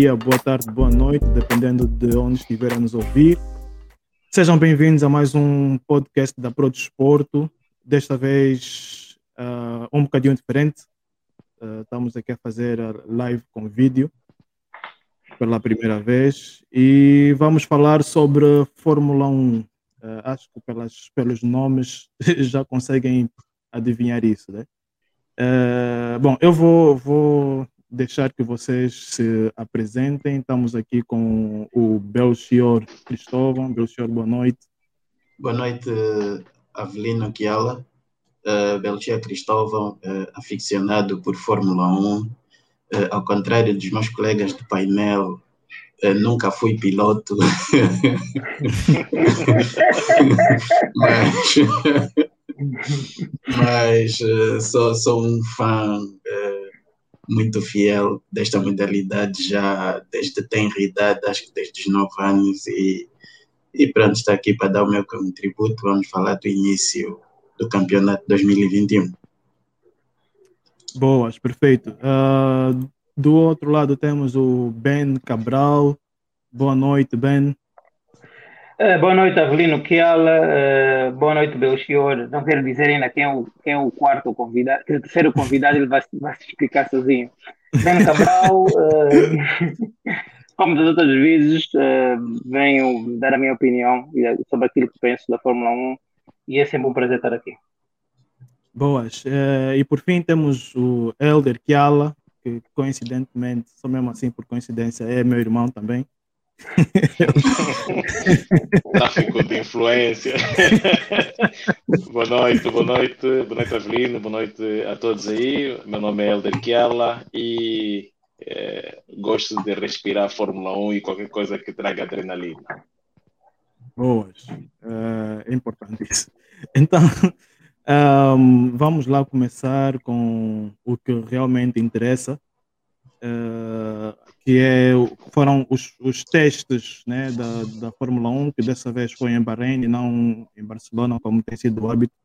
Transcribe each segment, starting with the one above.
dia, boa tarde, boa noite, dependendo de onde estiverem a nos ouvir. Sejam bem-vindos a mais um podcast da Pro Desporto. Desta vez, um bocadinho diferente. Estamos aqui a fazer a live com vídeo pela primeira vez e vamos falar sobre Fórmula 1. Acho que pelos nomes já conseguem adivinhar isso, né? Bom, eu vou deixar que vocês se apresentem. Estamos aqui com o Belchior Cristóvão. Belchior, boa noite. Boa noite, Avelino Kiala. Belchior Cristóvão, aficionado por Fórmula 1. Ao contrário dos meus colegas do painel, nunca fui piloto. mas sou um fã muito fiel desta modalidade já desde tenra idade, acho que desde os 9 anos, e pronto, está aqui para dar o meu contributo. Vamos falar do início do campeonato 2021. Boas, perfeito. Do outro lado temos o Ben Cabral. Boa noite, Ben. Boa noite, Avelino Kiala. Boa noite, Belchior. Não quero dizer ainda quem é o quarto convidado, que é o terceiro convidado, ele vai se explicar sozinho. Ben Cabral, como das outras vezes, venho dar a minha opinião sobre aquilo que penso da Fórmula 1 e é sempre um prazer estar aqui. Boas. E por fim temos o Elder Kiala, que coincidentemente, só mesmo assim por coincidência, é meu irmão também. Tráfico de influência. Boa noite, Avelino, boa noite a todos aí. Meu nome é Elder Kiala e gosto de respirar Fórmula 1 e qualquer coisa que traga adrenalina. Boas, é importante isso. Então, vamos lá começar com o que realmente interessa. Que foram os testes, né, da Fórmula 1, que dessa vez foi em Bahrein e não em Barcelona, como tem sido o hábito.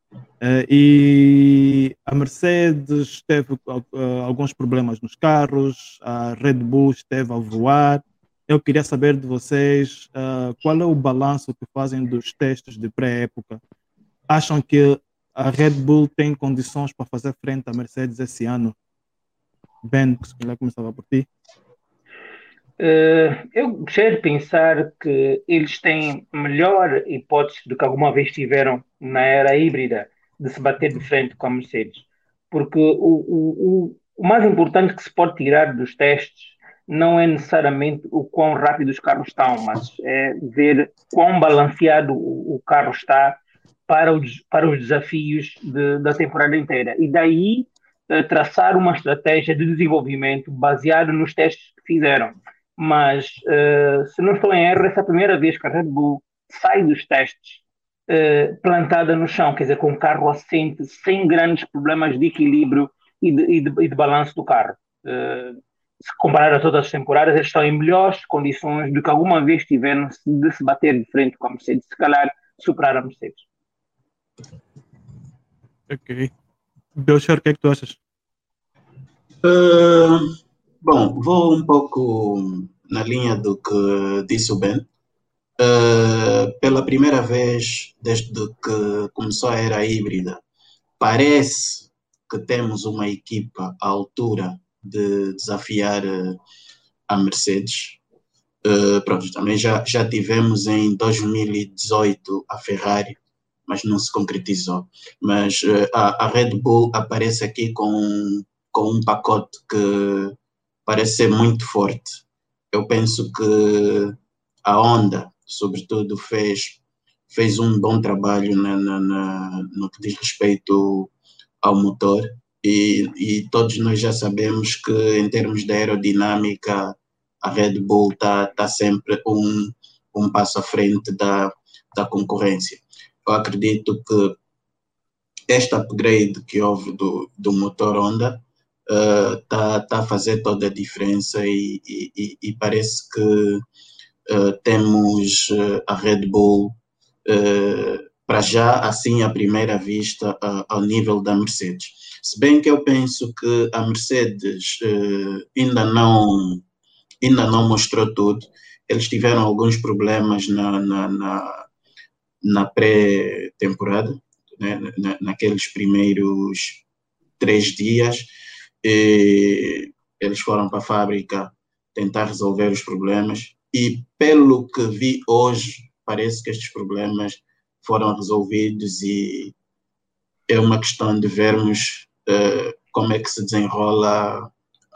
E a Mercedes teve alguns problemas nos carros, a Red Bull esteve a voar. Eu queria saber de vocês qual é o balanço que fazem dos testes de pré-época. Acham que a Red Bull tem condições para fazer frente à Mercedes esse ano? Ben, se calhar começava por ti. Eu gostaria de pensar que eles têm melhor hipótese do que alguma vez tiveram na era híbrida de se bater de frente com a Mercedes. Porque o mais importante que se pode tirar dos testes não é necessariamente o quão rápido os carros estão, mas é ver quão balanceado o carro está para os desafios da temporada inteira. E daí traçar uma estratégia de desenvolvimento baseado nos testes que fizeram. Mas, se não estou em erro, essa é a primeira vez que a Red Bull sai dos testes plantada no chão, quer dizer, com o carro assente, sem grandes problemas de equilíbrio e de balanço do carro. Se comparar a todas as temporadas, eles estão em melhores condições do que alguma vez tiveram de se bater de frente com a Mercedes, se calhar superar a Mercedes. Ok. Belchior, o que é que tu achas? Bom, vou um pouco na linha do que disse o Ben. Pela primeira vez desde que começou a era híbrida, parece que temos uma equipa à altura de desafiar a Mercedes. Pronto, também já tivemos em 2018 a Ferrari, mas não se concretizou. Mas a Red Bull aparece aqui com um pacote que parece ser muito forte. Eu penso que a Honda, sobretudo, fez um bom trabalho no que diz respeito ao motor, e todos nós já sabemos que, em termos de aerodinâmica, a Red Bull está sempre um passo à frente da concorrência. Eu acredito que este upgrade que houve do motor Honda está a fazer toda a diferença, e parece que temos a Red Bull para já, assim, à primeira vista, ao nível da Mercedes. Se bem que eu penso que a Mercedes ainda não ainda não mostrou tudo. Eles tiveram alguns problemas na pré-temporada, né, naqueles primeiros 3 dias. Eles foram para a fábrica tentar resolver os problemas e, pelo que vi hoje, parece que estes problemas foram resolvidos e é uma questão de vermos como é que se desenrola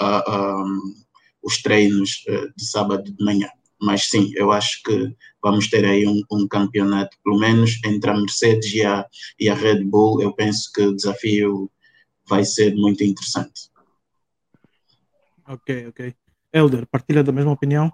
os treinos de sábado de manhã. Mas sim, eu acho que vamos ter aí um campeonato, pelo menos entre a Mercedes e a Red Bull. Eu penso que o desafio vai ser muito interessante. Ok. Elder, partilha da mesma opinião?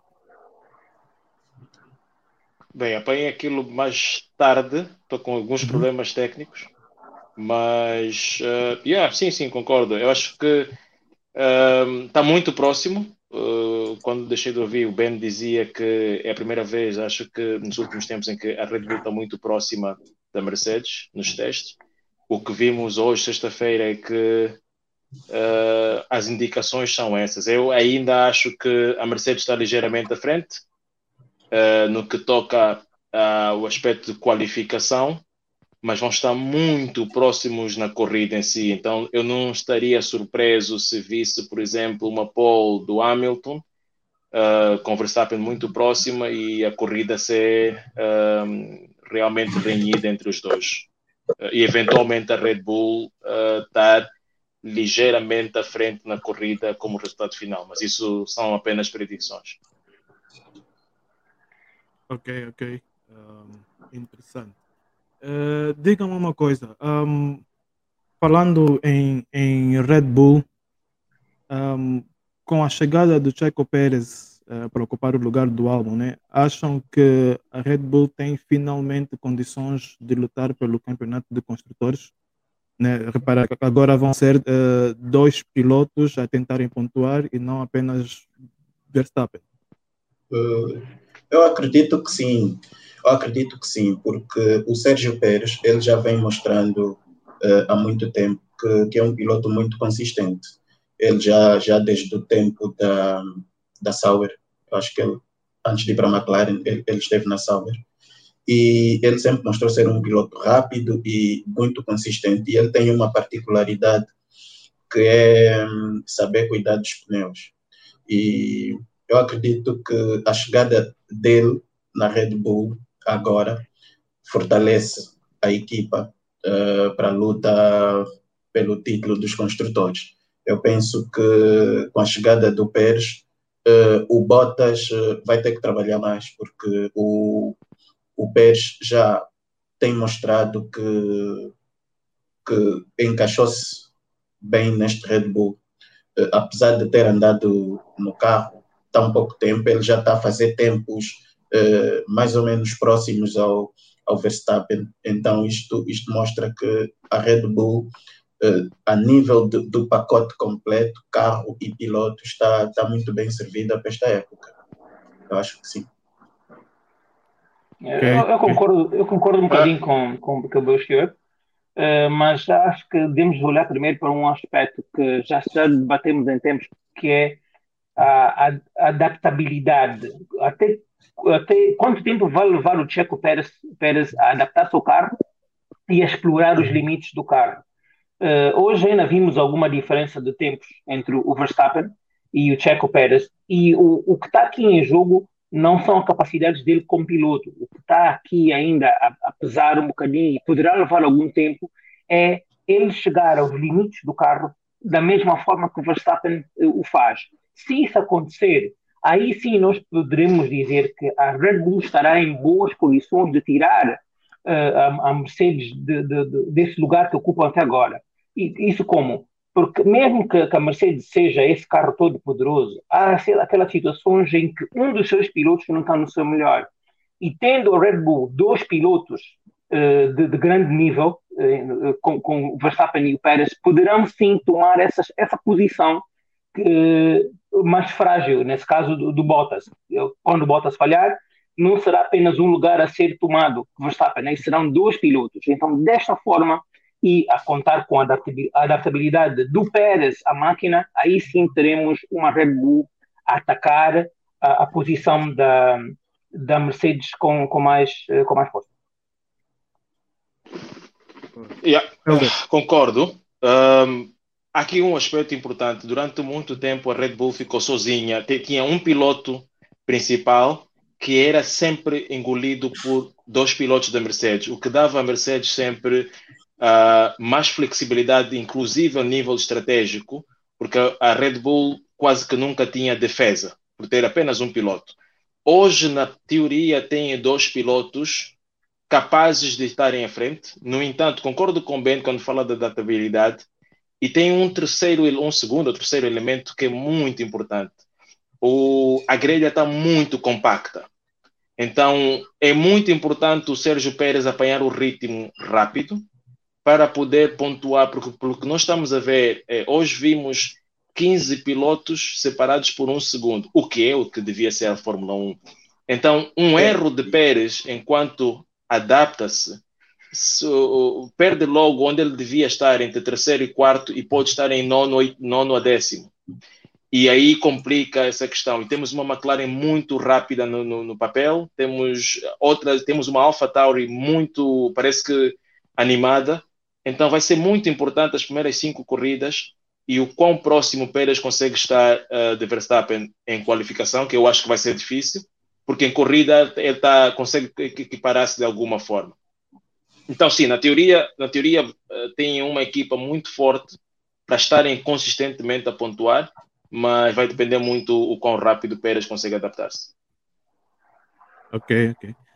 Bem, apanhei aquilo mais tarde, estou com alguns problemas técnicos, mas sim, concordo. Eu acho que está muito próximo. Quando deixei de ouvir, o Ben dizia que é a primeira vez, acho que nos últimos tempos, em que a Red Bull está muito próxima da Mercedes nos testes. O que vimos hoje, sexta-feira, é que as indicações são essas. Eu ainda acho que a Mercedes está ligeiramente à frente no que toca ao aspecto de qualificação, mas vão estar muito próximos na corrida em si. Então, eu não estaria surpreso se visse, por exemplo, uma pole do Hamilton com Verstappen muito próxima e a corrida ser realmente renhida entre os dois. E, eventualmente, a Red Bull estar ligeiramente à frente na corrida como resultado final. Mas isso são apenas predições. Ok. Interessante. Diga-me uma coisa. Falando em Red Bull, com a chegada do Checo Pérez para ocupar o lugar do Albon, né, acham que a Red Bull tem finalmente condições de lutar pelo campeonato de construtores? Né? Repara, agora vão ser 2 pilotos a tentarem pontuar e não apenas Verstappen. Eu acredito que sim. Porque o Sérgio Pérez ele já vem mostrando há muito tempo que é um piloto muito consistente. Ele já desde o tempo da Sauber, eu acho que ele, antes de ir para a McLaren, ele esteve na Sauber. E ele sempre mostrou ser um piloto rápido e muito consistente. E ele tem uma particularidade que é saber cuidar dos pneus. E eu acredito que a chegada dele na Red Bull agora fortalece a equipa para a luta pelo título dos construtores. Eu penso que com a chegada do Pérez, o Bottas vai ter que trabalhar mais, porque o Pérez já tem mostrado que encaixou-se bem neste Red Bull. Apesar de ter andado no carro tão pouco tempo, ele já está a fazer tempos mais ou menos próximos ao Verstappen. Então isto mostra que a Red Bull, a nível do pacote completo, carro e piloto, está muito bem servida para esta época. Eu acho que sim. Eu concordo um bocadinho com o que o senhor, mas acho que devemos olhar primeiro para um aspecto que já debatemos em tempos, que é a adaptabilidade. Até quanto tempo vai levar o Checo Pérez a adaptar-se ao carro e a explorar os limites do carro? Hoje ainda vimos alguma diferença de tempos entre o Verstappen e o Checo Pérez, e o que está aqui em jogo não são as capacidades dele como piloto. O que está aqui ainda a pesar um bocadinho e poderá levar algum tempo é ele chegar aos limites do carro da mesma forma que o Verstappen o faz. Se isso acontecer, aí sim nós poderemos dizer que a Red Bull estará em boas condições de tirar a Mercedes desse lugar que ocupam até agora. E isso como? Porque mesmo que a Mercedes seja esse carro todo poderoso, há aquelas situações em que um dos seus pilotos não está no seu melhor. E tendo a Red Bull 2 pilotos de grande nível, com o Verstappen e o Pérez, poderão sim tomar essa posição mais frágil, nesse caso do Bottas. Quando o Bottas falhar, não será apenas um lugar a ser tomado, Verstappen, né? Serão 2 pilotos. Então, desta forma, e a contar com a adaptabilidade do Pérez à máquina, aí sim teremos uma Red Bull a atacar a posição da Mercedes com mais força. Concordo. Aqui um aspecto importante. Durante muito tempo a Red Bull ficou sozinha. Tinha um piloto principal que era sempre engolido por dois pilotos da Mercedes, o que dava à Mercedes sempre mais flexibilidade, inclusive a nível estratégico, porque a Red Bull quase que nunca tinha defesa, por ter apenas um piloto. Hoje, na teoria, tem dois pilotos capazes de estarem à frente. No entanto, concordo com o Ben quando fala da adaptabilidade, e tem um segundo ou terceiro elemento que é muito importante. A grelha está muito compacta. Então, é muito importante o Sérgio Pérez apanhar o ritmo rápido para poder pontuar, porque pelo que nós estamos a ver, hoje vimos 15 pilotos separados por um segundo, o que devia ser a Fórmula 1. Então, um erro de Pérez, enquanto adapta-se, perde logo onde ele devia estar, entre terceiro e quarto, e pode estar em nono a décimo. E aí complica essa questão. E temos uma McLaren muito rápida no papel, temos uma AlphaTauri muito, parece que animada. Então vai ser muito importante as primeiras 5 corridas e o quão próximo o Pérez consegue estar de Verstappen em qualificação, que eu acho que vai ser difícil, porque em corrida ele consegue equiparar-se de alguma forma. Então sim, na teoria tem uma equipa muito forte para estarem consistentemente a pontuar, mas vai depender muito o quão rápido o Pérez consegue adaptar-se. Ok.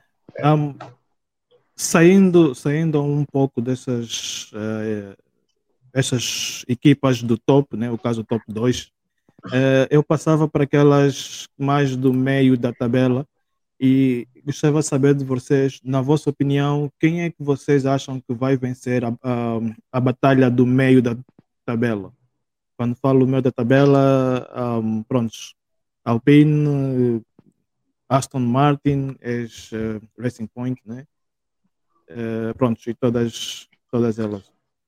Saindo um pouco dessas essas equipas do top, né, o caso top 2, eu passava para aquelas mais do meio da tabela e gostava de saber de vocês, na vossa opinião, quem é que vocês acham que vai vencer a batalha do meio da tabela? Quando falo meio da tabela, prontos, Alpine, Aston Martin, Racing Point, né? Prontos, e todas elas.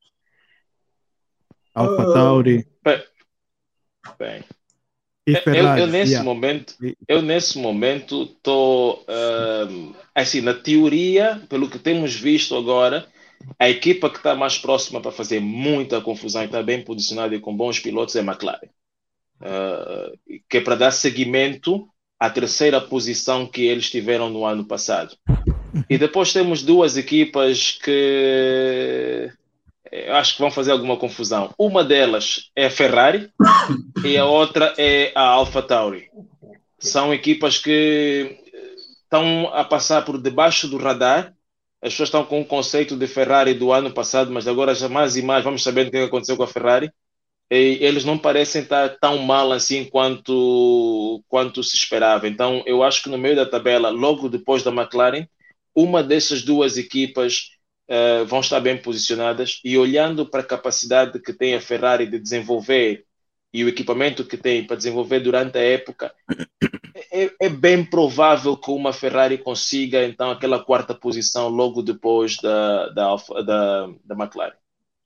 AlphaTauri. Bem. E Ferrari. Eu nesse momento estou assim, na teoria, pelo que temos visto agora, a equipa que está mais próxima para fazer muita confusão e está bem posicionada e com bons pilotos é a McLaren, que é para dar seguimento à terceira posição que eles tiveram no ano passado. E depois temos duas equipas que eu acho que vão fazer alguma confusão. Uma delas é a Ferrari e a outra é a AlphaTauri. São equipas que estão a passar por debaixo do radar. As pessoas estão com o conceito de Ferrari do ano passado, mas agora já mais e mais vamos sabendo o que aconteceu com a Ferrari. E eles não parecem estar tão mal assim quanto se esperava. Então, eu acho que no meio da tabela, logo depois da McLaren, uma dessas duas equipas vão estar bem posicionadas, e olhando para a capacidade que tem a Ferrari de desenvolver e o equipamento que tem para desenvolver durante a época, é bem provável que uma Ferrari consiga então aquela quarta posição logo depois da McLaren.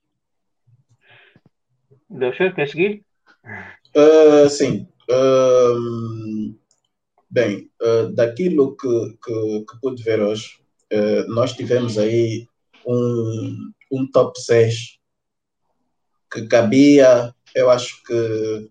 Deixa, quer seguir? Sim. Bem, daquilo que pude ver hoje, nós tivemos aí um top 6 que cabia, eu acho que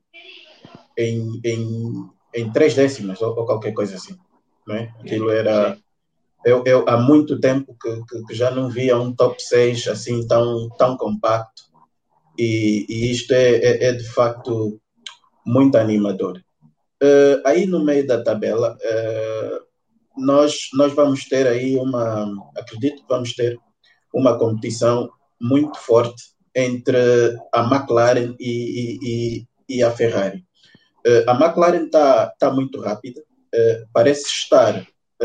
em 3 décimas ou qualquer coisa assim, não é? Aquilo era... Eu há muito tempo que já não via um top 6 assim tão compacto, e isto é de facto muito animador. Aí no meio da tabela, nós vamos ter aí acredito que vamos ter uma competição muito forte entre a McLaren e a Ferrari. A McLaren está muito rápida, parece estar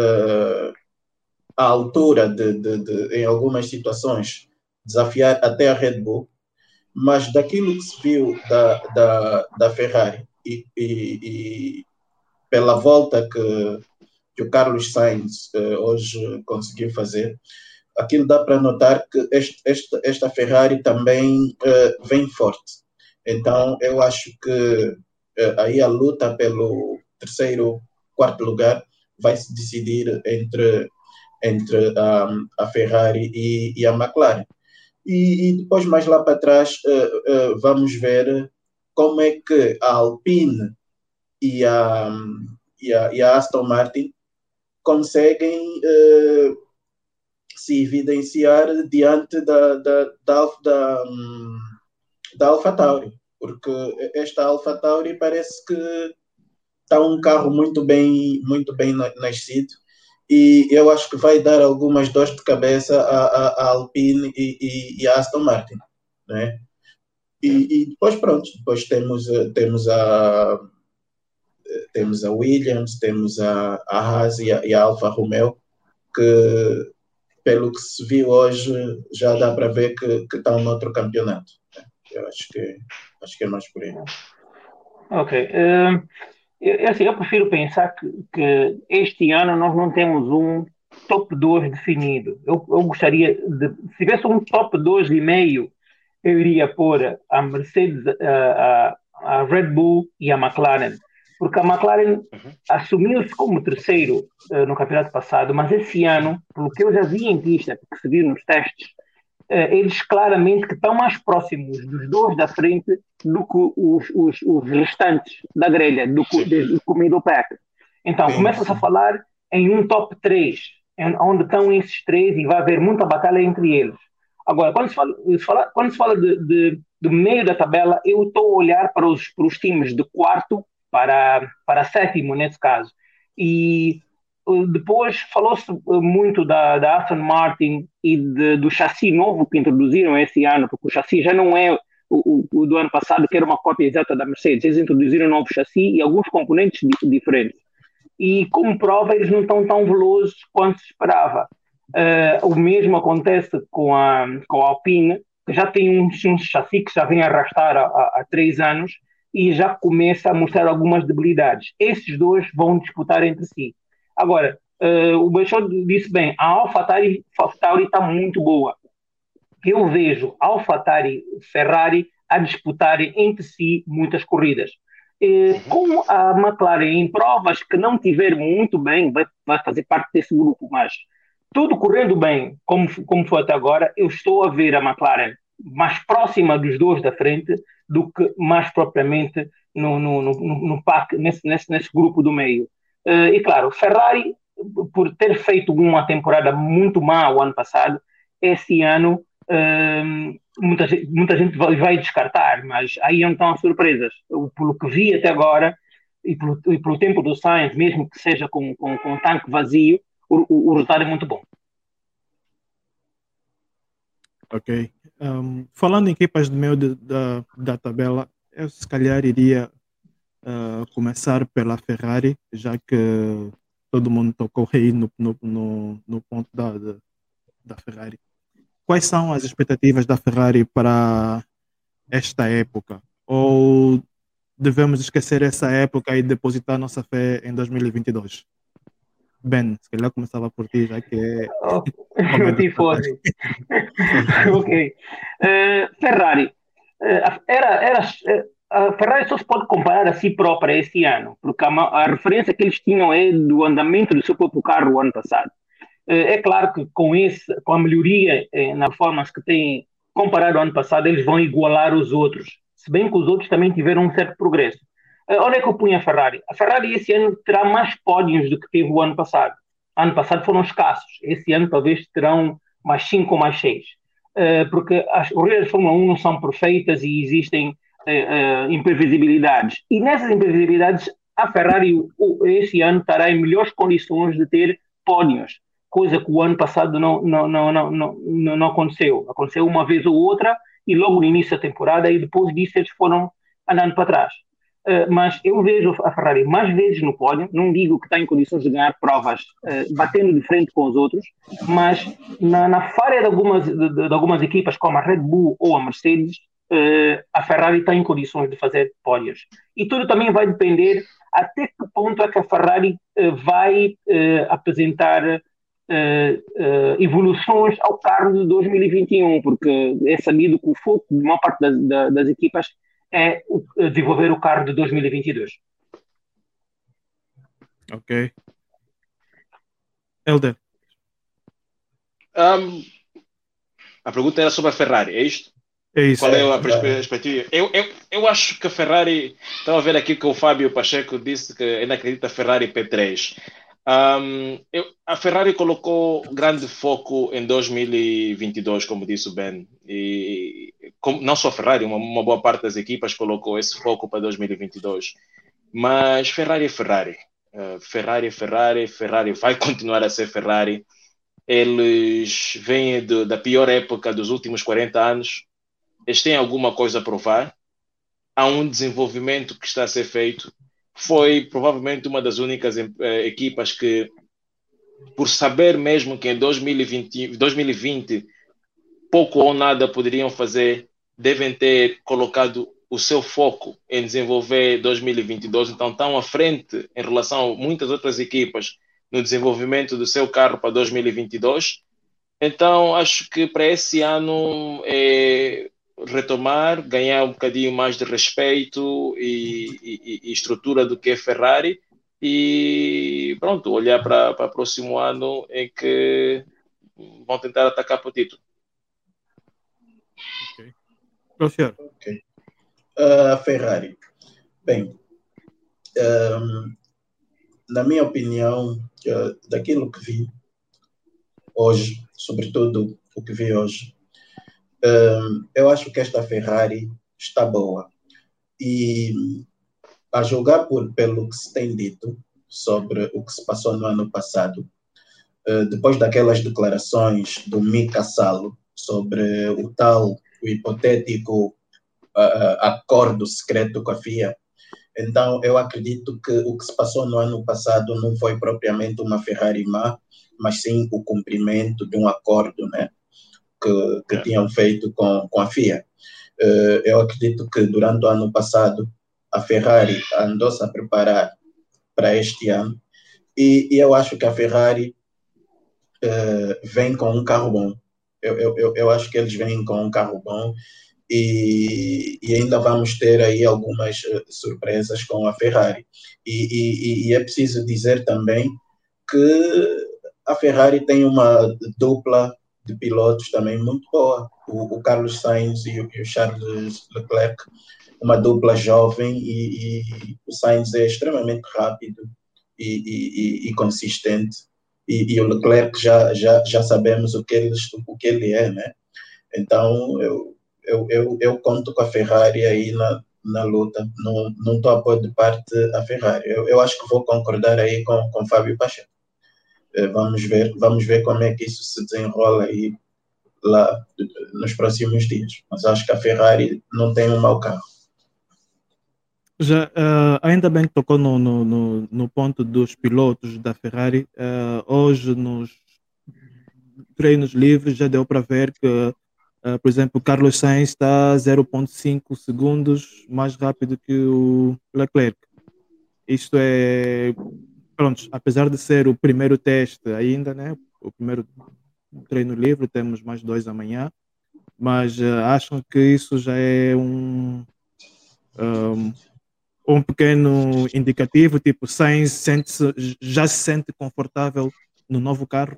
à altura de, em algumas situações, desafiar até a Red Bull, mas daquilo que se viu da Ferrari e pela volta que o Carlos Sainz hoje conseguiu fazer, aquilo dá para notar que esta Ferrari também vem forte. Então, eu acho que aí a luta pelo terceiro quarto lugar vai se decidir entre a Ferrari e a McLaren. E depois, mais lá para trás, vamos ver como é que a Alpine e a Aston Martin conseguem se evidenciar diante da AlphaTauri, porque esta AlphaTauri parece que está um carro muito bem nascido, e eu acho que vai dar algumas dores de cabeça à Alpine e à Aston Martin, né? E depois, pronto, depois temos a Williams, temos a Haas e a Alfa Romeo, que pelo que se viu hoje já dá para ver que estão noutro campeonato. Eu acho que é mais por aí. Ok. Eu prefiro pensar que este ano nós não temos um top 2 definido. Eu gostaria se tivesse um top 2,5, eu iria pôr a Mercedes, a Red Bull e a McLaren. Porque a McLaren assumiu-se como terceiro no campeonato passado, mas esse ano, pelo que eu já vi em pista, que se viu nos testes, eles claramente que estão mais próximos dos dois da frente do que os restantes da grelha, do middle pack. Então, começa-se a falar em um top 3, onde estão esses três, e vai haver muita batalha entre eles. Agora, quando se fala do meio da tabela, eu estou a olhar para os times de quarto para sétimo, nesse caso. E depois falou-se muito da Aston Martin e do chassi novo que introduziram esse ano, porque o chassi já não é o do ano passado, que era uma cópia exata da Mercedes. Eles introduziram um novo chassi e alguns componentes diferentes. E como prova, eles não estão tão velozes quanto se esperava. O mesmo acontece com a Alpine, que já tem um chassi que já vem a arrastar há 3 anos e já começa a mostrar algumas debilidades. Esses dois vão disputar entre si. Agora, o Bechot disse bem, a AlphaTauri está muito boa. Eu vejo AlphaTauri e Ferrari a disputarem entre si muitas corridas. Como a McLaren em provas que não tiver muito bem, vai fazer parte desse grupo, mas tudo correndo bem, como foi até agora, eu estou a ver a McLaren mais próxima dos dois da frente do que mais propriamente no pack, nesse grupo do meio. E claro, Ferrari, por ter feito uma temporada muito má o ano passado, esse ano muita gente vai descartar, mas aí não estão as surpresas. Pelo que vi até agora, e pelo tempo do Sainz, mesmo que seja com um tanque vazio, o resultado é muito bom. Ok. Falando em equipas do meio da tabela, eu se calhar iria começar pela Ferrari, já que todo mundo tocou aí no ponto da Ferrari. Quais são as expectativas da Ferrari para esta época? Ou devemos esquecer essa época e depositar nossa fé em 2022? Ben, se calhar começava por ti, já que é... Tifosi. Ok. Ferrari. A Ferrari só se pode comparar a si própria esse ano, porque a referência que eles tinham é do andamento do seu próprio carro o ano passado. É claro que com a melhoria na performance que têm comparado ao ano passado, eles vão igualar os outros, se bem que os outros também tiveram um certo progresso. Onde é que eu punho a Ferrari? A Ferrari esse ano terá mais pódios do que teve o ano passado. Ano passado foram escassos. Esse ano talvez terão mais 5 ou mais 6. Porque as corridas de Fórmula 1 não são perfeitas e existem imprevisibilidades. E nessas imprevisibilidades, a Ferrari esse ano estará em melhores condições de ter pódios, coisa que o ano passado não aconteceu. Aconteceu uma vez ou outra e logo no início da temporada, e depois disso eles foram andando para trás. Mas eu vejo a Ferrari mais vezes no pódio, não digo que está em condições de ganhar provas batendo de frente com os outros, mas na falha de algumas equipas, como a Red Bull ou a Mercedes, a Ferrari está em condições de fazer pódios. E tudo também vai depender até que ponto é que a Ferrari vai apresentar evoluções ao carro de 2021, porque é sabido que o foco de uma parte das equipas é desenvolver o carro de 2022. Ok. Helder, Um, a pergunta era sobre a Ferrari, é isto? é isso. Qual é a Ferrari. perspectiva? Eu acho que a Ferrari. Estava a ver aqui que o Fábio Pacheco disse que ainda acredita Ferrari P3. A Ferrari colocou grande foco em 2022, como disse o Ben. E não só a Ferrari, uma boa parte das equipas colocou esse foco para 2022. Mas Ferrari é Ferrari. Ferrari é Ferrari. Ferrari vai continuar a ser Ferrari. Eles vêm da pior época dos últimos 40 anos. Eles têm alguma coisa a provar. Há um desenvolvimento que está a ser feito. Foi provavelmente uma das únicas equipas que, por saber mesmo que em 2020 pouco ou nada poderiam fazer, devem ter colocado o seu foco em desenvolver 2022. Então estão à frente em relação a muitas outras equipas no desenvolvimento do seu carro para 2022. Então acho que para esse ano retomar, ganhar um bocadinho mais de respeito e estrutura do que é Ferrari e pronto, olhar para o próximo ano em que vão tentar atacar para o título. Ok. Professor, Ok. Ferrari. Bem, na minha opinião, daquilo que vi hoje, sobretudo o que vi hoje, eu acho que esta Ferrari está boa. E a julgar pelo que se tem dito sobre o que se passou no ano passado, depois daquelas declarações do Mika Salo sobre o hipotético acordo secreto com a FIA, então eu acredito que o que se passou no ano passado não foi propriamente uma Ferrari má, mas sim o cumprimento de um acordo, né, que tinham feito com a FIA. Eu acredito que durante o ano passado a Ferrari andou-se a preparar para este ano e eu acho que a Ferrari vem com um carro bom. Eu acho que eles vêm com um carro bom e ainda vamos ter aí algumas surpresas com a Ferrari. E é preciso dizer também que a Ferrari tem uma dupla de pilotos também muito boa. O Carlos Sainz e o Charles Leclerc, uma dupla jovem e o Sainz é extremamente rápido e consistente. E o Leclerc já sabemos o que ele é, né? Então, eu conto com a Ferrari aí na luta. Não estou a pôr de parte a Ferrari. Eu acho que vou concordar aí com Fábio Pacheco. Vamos ver como é que isso se desenrola aí lá nos próximos dias. Mas acho que a Ferrari não tem um mau carro. já, ainda bem que tocou no ponto dos pilotos da Ferrari. Hoje, nos treinos livres, já deu para ver que, por exemplo, o Carlos Sainz está 0,5 segundos mais rápido que o Leclerc. Isto é, pronto, apesar de ser o primeiro teste ainda, né? O primeiro treino livre, temos mais dois amanhã, mas acham que isso já é um pequeno indicativo, tipo, Sainz já se sente confortável no novo carro?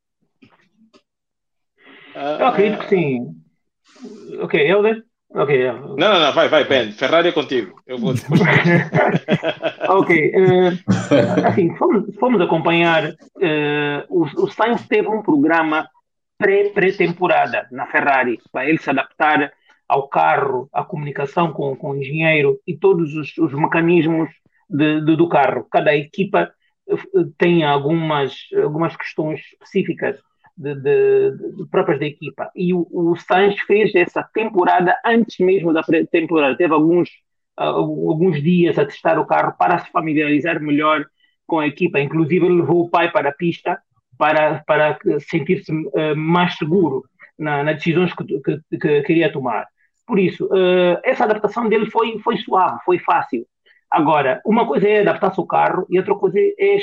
Eu acredito que sim. Ok, Helder? Ok. Não, vai, Ben. Ferrari é contigo. Eu vou depois. Ok. Assim, fomos acompanhar. O Sainz teve um programa pré-temporada na Ferrari, para ele se adaptar ao carro, à comunicação com o engenheiro e todos os mecanismos do carro. Cada equipa tem algumas questões específicas próprias da equipa. E o Sainz fez essa temporada antes mesmo da pré-temporada. Teve alguns dias a testar o carro para se familiarizar melhor com a equipa. Inclusive, ele levou o pai para a pista para sentir-se mais seguro nas decisões que queria tomar. Por isso, essa adaptação dele foi suave, foi fácil. Agora, uma coisa é adaptar-se ao carro e outra coisa é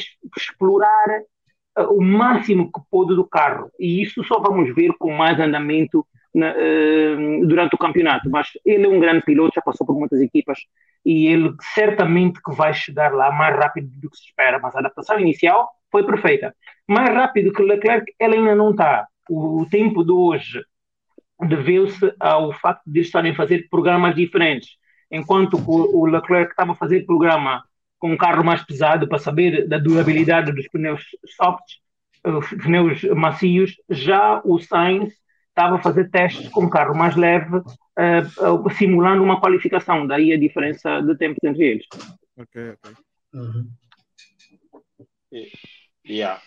explorar o máximo que pôde do carro. E isso só vamos ver com mais andamento durante o campeonato, mas ele é um grande piloto, já passou por muitas equipas e ele certamente que vai chegar lá mais rápido do que se espera, mas a adaptação inicial foi perfeita. Mais rápido que o Leclerc, ele ainda não está. O tempo de hoje deveu-se ao facto de estarem a fazer programas diferentes. Enquanto o Leclerc estava a fazer programa com um carro mais pesado para saber da durabilidade dos pneus softs, pneus macios, já o Sainz estava a fazer testes com um carro mais leve, simulando uma qualificação. Daí a diferença de tempos entre eles. Ok. Uhum. Yeah,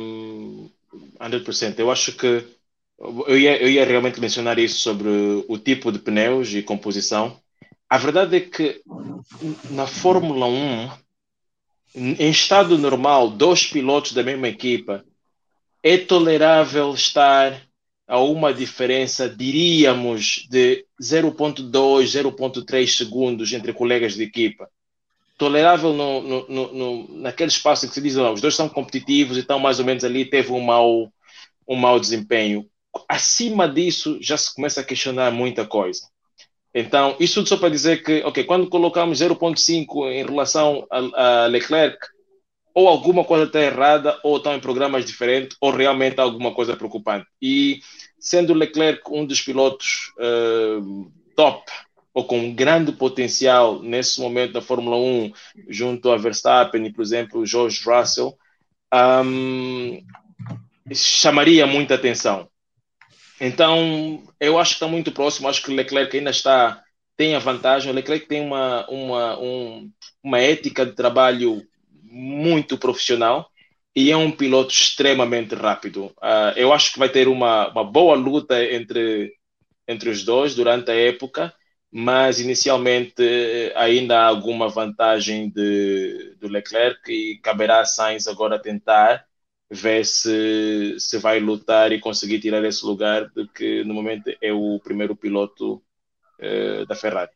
100%. Eu acho que eu ia realmente mencionar isso sobre o tipo de pneus e composição. A verdade é que na Fórmula 1, em estado normal, 2 pilotos da mesma equipa, é tolerável estar a uma diferença, diríamos, de 0,2, 0,3 segundos entre colegas de equipa. Tolerável naquele espaço em que se diz, não, os dois são competitivos e estão mais ou menos ali, teve um mau desempenho. Acima disso, já se começa a questionar muita coisa. Então, isso tudo só para dizer que, ok, quando colocamos 0,5 em relação a Leclerc, ou alguma coisa está errada, ou estão em programas diferentes, ou realmente há alguma coisa preocupante. E sendo Leclerc um dos pilotos top, ou com grande potencial nesse momento da Fórmula 1, junto a Verstappen e, por exemplo, George Russell, chamaria muita atenção. Então, eu acho que está muito próximo. Acho que o Leclerc ainda tem a vantagem. O Leclerc tem uma ética de trabalho muito profissional e é um piloto extremamente rápido. Eu acho que vai ter uma boa luta entre os dois durante a época, mas inicialmente ainda há alguma vantagem do Leclerc e caberá a Sainz agora tentar ver se vai lutar e conseguir tirar esse lugar de que no momento é o primeiro piloto da Ferrari.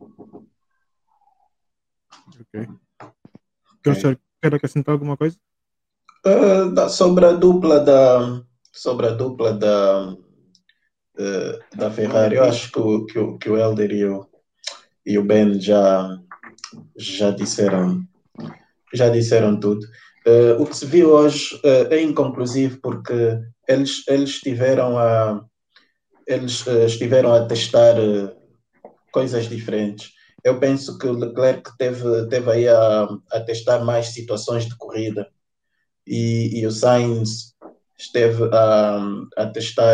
Ok. Então, quer acrescentar alguma coisa? Sobre a dupla da Ferrari, eu acho que o Helder e o Ben já disseram tudo. O que se viu hoje é inconclusivo porque eles estiveram a testar coisas diferentes. Eu penso que o Leclerc teve aí a testar mais situações de corrida e o Sainz esteve a testar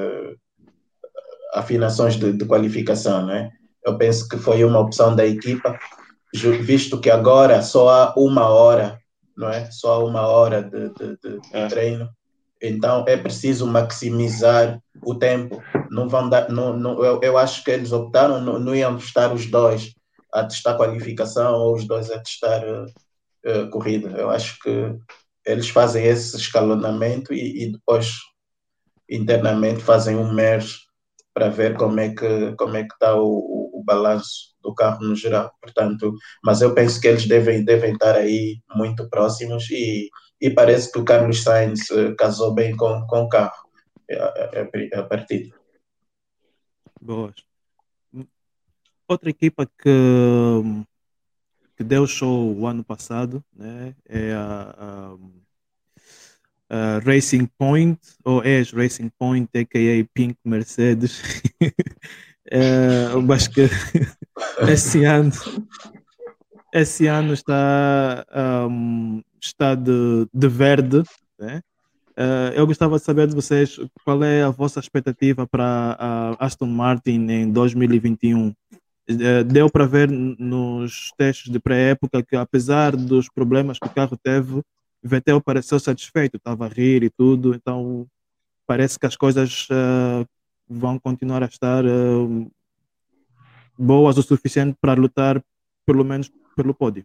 afinações de qualificação, né? Eu penso que foi uma opção da equipa, visto que agora só há 1 hora, não é? Só há 1 hora de treino. Então é preciso maximizar o tempo. Não vão dar, eu acho que eles optaram, não iam testar os dois a testar qualificação ou os dois a testar corrida. Eu acho que eles fazem esse escalonamento e depois internamente fazem um merge para ver como é que está o balanço do carro no geral. Portanto, mas eu penso que eles devem estar aí muito próximos e parece que o Carlos Sainz casou bem com o carro a partida. Boas. Outra equipa que deu show o ano passado, né, é a Racing Point, ou Racing Point, a.k.a. Pink Mercedes. Eu acho que esse ano está de verde, né? Eu gostava de saber de vocês qual é a vossa expectativa para a Aston Martin em 2021. Deu para ver nos testes de pré-época que, apesar dos problemas que o carro teve, Vettel pareceu satisfeito, estava a rir e tudo, então parece que as coisas vão continuar a estar boas o suficiente para lutar pelo menos pelo pódio.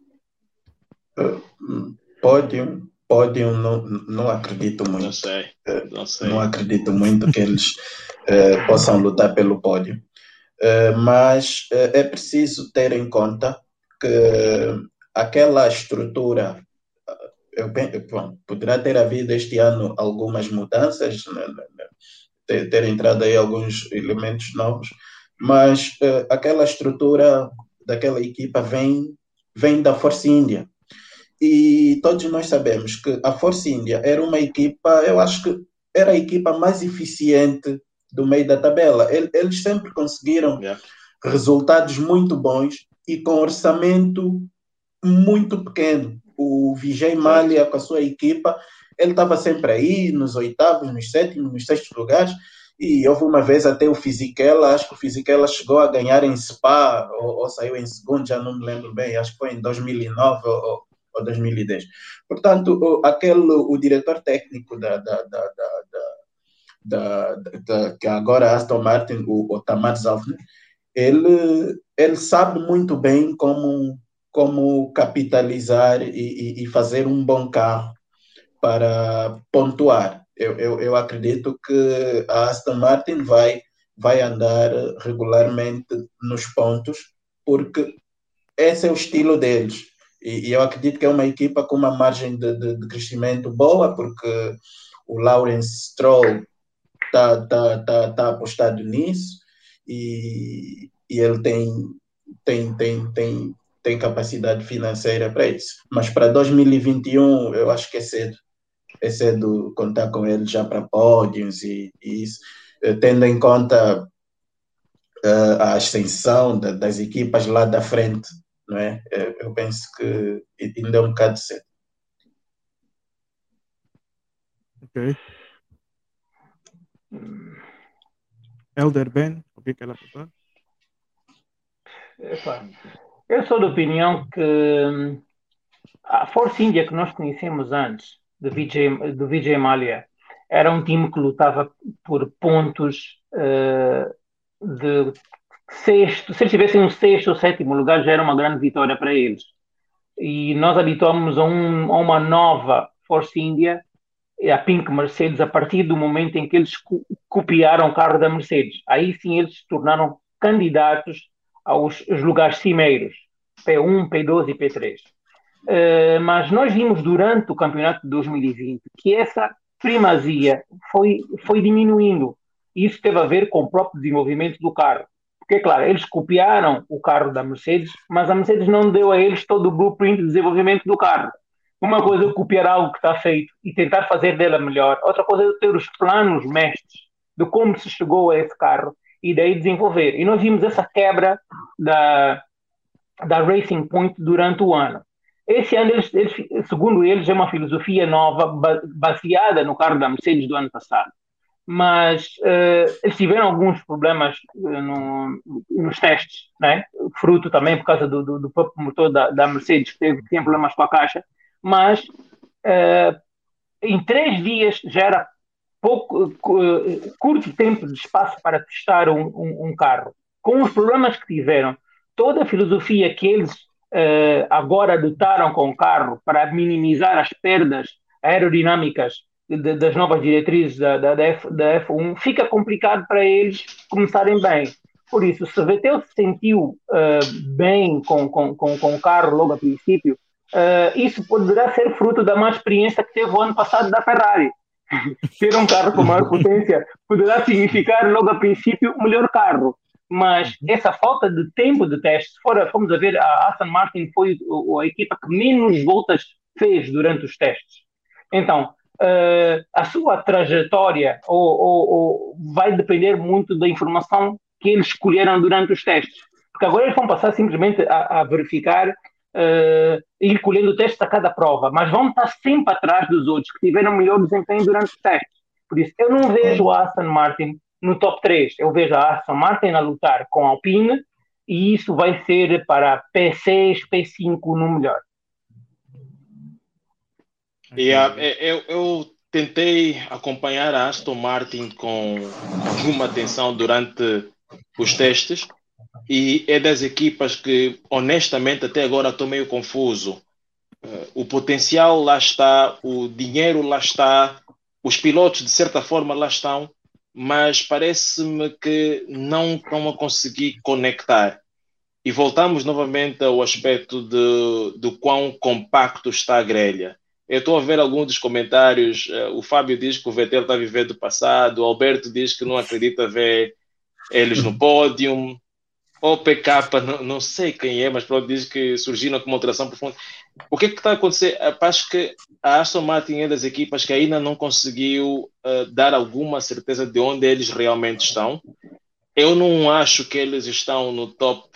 Pódio não acredito muito. Não sei. Não acredito muito que eles possam lutar pelo pódio. Mas é preciso ter em conta que aquela estrutura poderá ter havido este ano algumas mudanças ter entrado aí alguns elementos novos, mas aquela estrutura daquela equipa vem da Force India. E todos nós sabemos que a Force India era uma equipa, eu acho que era a equipa mais eficiente do meio da tabela. Eles sempre conseguiram resultados muito bons e com orçamento muito pequeno. O Vijay Mallya, com a sua equipa, ele estava sempre aí, nos oitavos, nos sétimos, nos sextos lugares, e houve uma vez até o Fisichella, acho que o Fisichella chegou a ganhar em Spa, ou saiu em segundo, já não me lembro bem, acho que foi em 2009 ou 2010. Portanto, o diretor técnico que agora é Aston Martin, o Tamar Zalfner, ele sabe muito bem como capitalizar e fazer um bom carro para pontuar. Eu acredito que a Aston Martin vai andar regularmente nos pontos, porque esse é o estilo deles. E eu acredito que é uma equipa com uma margem de crescimento boa, porque o Lawrence Stroll está apostado nisso e ele tem capacidade financeira para isso. Mas para 2021, eu acho que é cedo contar com ele já para pódios e isso, tendo em conta a ascensão das equipas lá da frente, não é? Eu penso que ainda é um bocado cedo. Ok. Elder Ben, o que ela pensou? Eu sou da opinião que a Force India que nós conhecemos antes, do Vijay Mallya, era um time que lutava por pontos de sexto. Se eles tivessem um sexto ou sétimo lugar, já era uma grande vitória para eles. E nós habituamos a uma nova Force India, a Pink Mercedes, a partir do momento em que eles copiaram o carro da Mercedes. Aí sim eles se tornaram candidatos aos lugares cimeiros, P1, P2 e P3. Mas nós vimos durante o campeonato de 2020 que essa primazia foi diminuindo. Isso teve a ver com o próprio desenvolvimento do carro. Porque, claro, eles copiaram o carro da Mercedes, mas a Mercedes não deu a eles todo o blueprint de desenvolvimento do carro. Uma coisa é copiar algo que está feito e tentar fazer dela melhor. Outra coisa é ter os planos mestres de como se chegou a esse carro e daí desenvolver. E nós vimos essa quebra da Racing Point durante o ano. Esse ano, segundo eles, é uma filosofia nova baseada no carro da Mercedes do ano passado. Mas eles tiveram alguns problemas nos testes, né? Fruto também por causa do próprio motor da Mercedes, que tinha problemas com a caixa. Mas em 3 dias já era curto tempo de espaço para testar um carro. Com os problemas que tiveram, toda a filosofia que eles agora adotaram com o carro para minimizar as perdas aerodinâmicas das novas diretrizes da F1, fica complicado para eles começarem bem. Por isso, se o Vettel se sentiu bem com o carro logo a princípio, isso poderá ser fruto da má experiência que teve o ano passado da Ferrari. Ter um carro com maior potência poderá significar logo a princípio um melhor carro. Mas essa falta de tempo de teste, fomos a ver, a Aston Martin foi a equipa que menos voltas fez durante os testes. Então, a sua trajetória vai depender muito da informação que eles escolheram durante os testes. Porque agora eles vão passar simplesmente a verificar ir colhendo testes a cada prova, mas vão estar sempre atrás dos outros que tiveram melhor desempenho durante os testes. Por isso, eu não vejo a Aston Martin no top 3. Eu vejo a Aston Martin a lutar com a Alpine e isso vai ser para P6, P5 no melhor. Eu tentei acompanhar a Aston Martin com alguma atenção durante os testes e é das equipas que, honestamente, até agora estou meio confuso. O potencial lá está, o dinheiro lá está, os pilotos, de certa forma, lá estão, mas parece-me que não estão a conseguir conectar. E voltamos novamente ao aspecto do quão compacto está a grelha. Eu estou a ver alguns dos comentários. O Fábio diz que o Vettel está a viver do passado. O Alberto diz que não acredita ver eles no pódio. O PK, não sei quem é, mas pronto, diz que surgiram com uma alteração profunda. O que está a acontecer? Acho que a Aston Martin é das equipas que ainda não conseguiu dar alguma certeza de onde eles realmente estão. Eu não acho que eles estão no top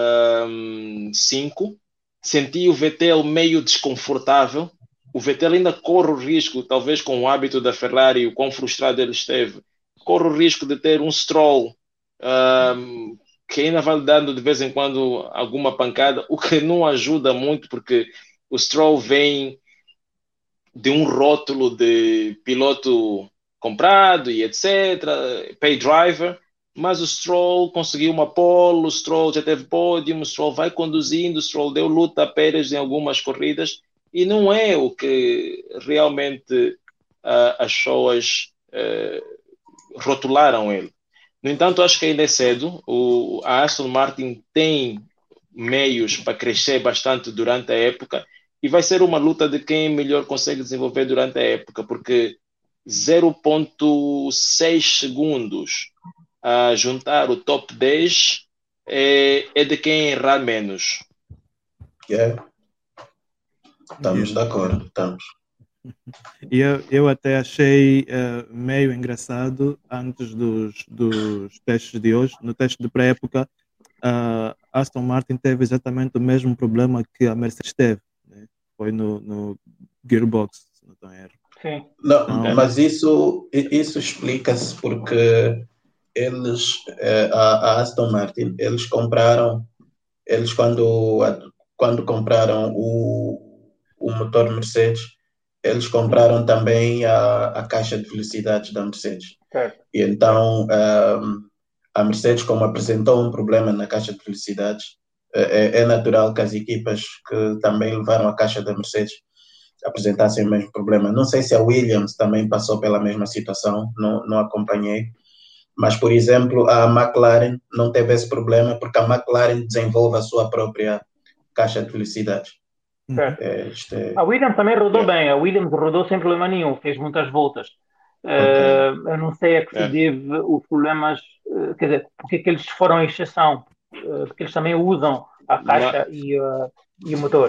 5. Senti o Vettel meio desconfortável. O Vettel ainda corre o risco, talvez com o hábito da Ferrari, o quão frustrado ele esteve, corre o risco de ter um Stroll que ainda vai dando de vez em quando alguma pancada, o que não ajuda muito, porque o Stroll vem de um rótulo de piloto comprado e etc., pay driver, mas o Stroll conseguiu uma pole, o Stroll já teve pódio, o Stroll vai conduzindo, o Stroll deu luta a Pérez em algumas corridas, e não é o que realmente as pessoas rotularam ele. No entanto, acho que ainda é cedo. A Aston Martin tem meios para crescer bastante durante a época e vai ser uma luta de quem melhor consegue desenvolver durante a época, porque 0,6 segundos a juntar o top 10 é de quem errar menos. Estamos de acordo, estamos. E eu até achei meio engraçado antes dos testes de hoje. No teste de pré-época, a Aston Martin teve exatamente o mesmo problema que a Mercedes teve, né? Foi no gearbox, se não estou em erro. Sim. Não, Então, mas isso explica-se porque eles, a Aston Martin, eles quando compraram o motor Mercedes, eles compraram também a caixa de velocidades da Mercedes. Certo. E então a Mercedes, como apresentou um problema na caixa de velocidades, é natural que as equipas que também levaram a caixa da Mercedes apresentassem o mesmo problema. Não sei se a Williams também passou pela mesma situação, não acompanhei. Mas, por exemplo, a McLaren não teve esse problema porque a McLaren desenvolve a sua própria caixa de velocidades. A Williams também rodou bem. A Williams rodou sem problema nenhum, fez muitas voltas. Eu não sei a que se deve os problemas, quer dizer, porque é que eles foram a exceção, porque eles também usam a caixa e o motor.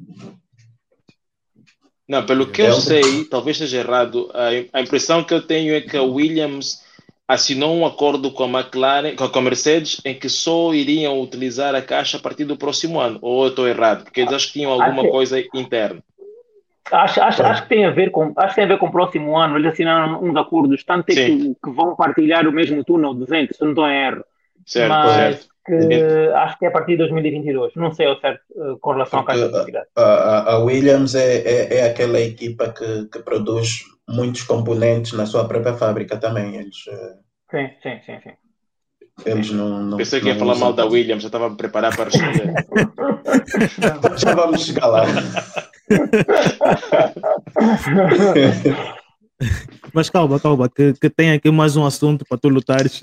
Não, pelo que eu sei, talvez esteja errado, a impressão que eu tenho é que a Williams assinou um acordo com a McLaren, com a Mercedes, em que só iriam utilizar a caixa a partir do próximo ano. Ou eu estou errado? Porque eles acho que tinham alguma coisa interna. Acho que tem a ver com o próximo ano. Eles assinaram uns acordos, tanto é que vão partilhar o mesmo túnel de vento, se não estou em erro. Certo, mas acho que é a partir de 2022. Não sei ao certo com relação à caixa de velocidade. A Williams é aquela equipa que produz muitos componentes na sua própria fábrica também. Sim. Eles não Pensei que ia falar mal da Williams, já estava a me preparar para responder. Já vamos chegar lá. Mas calma, que tem aqui mais um assunto para tu lutares.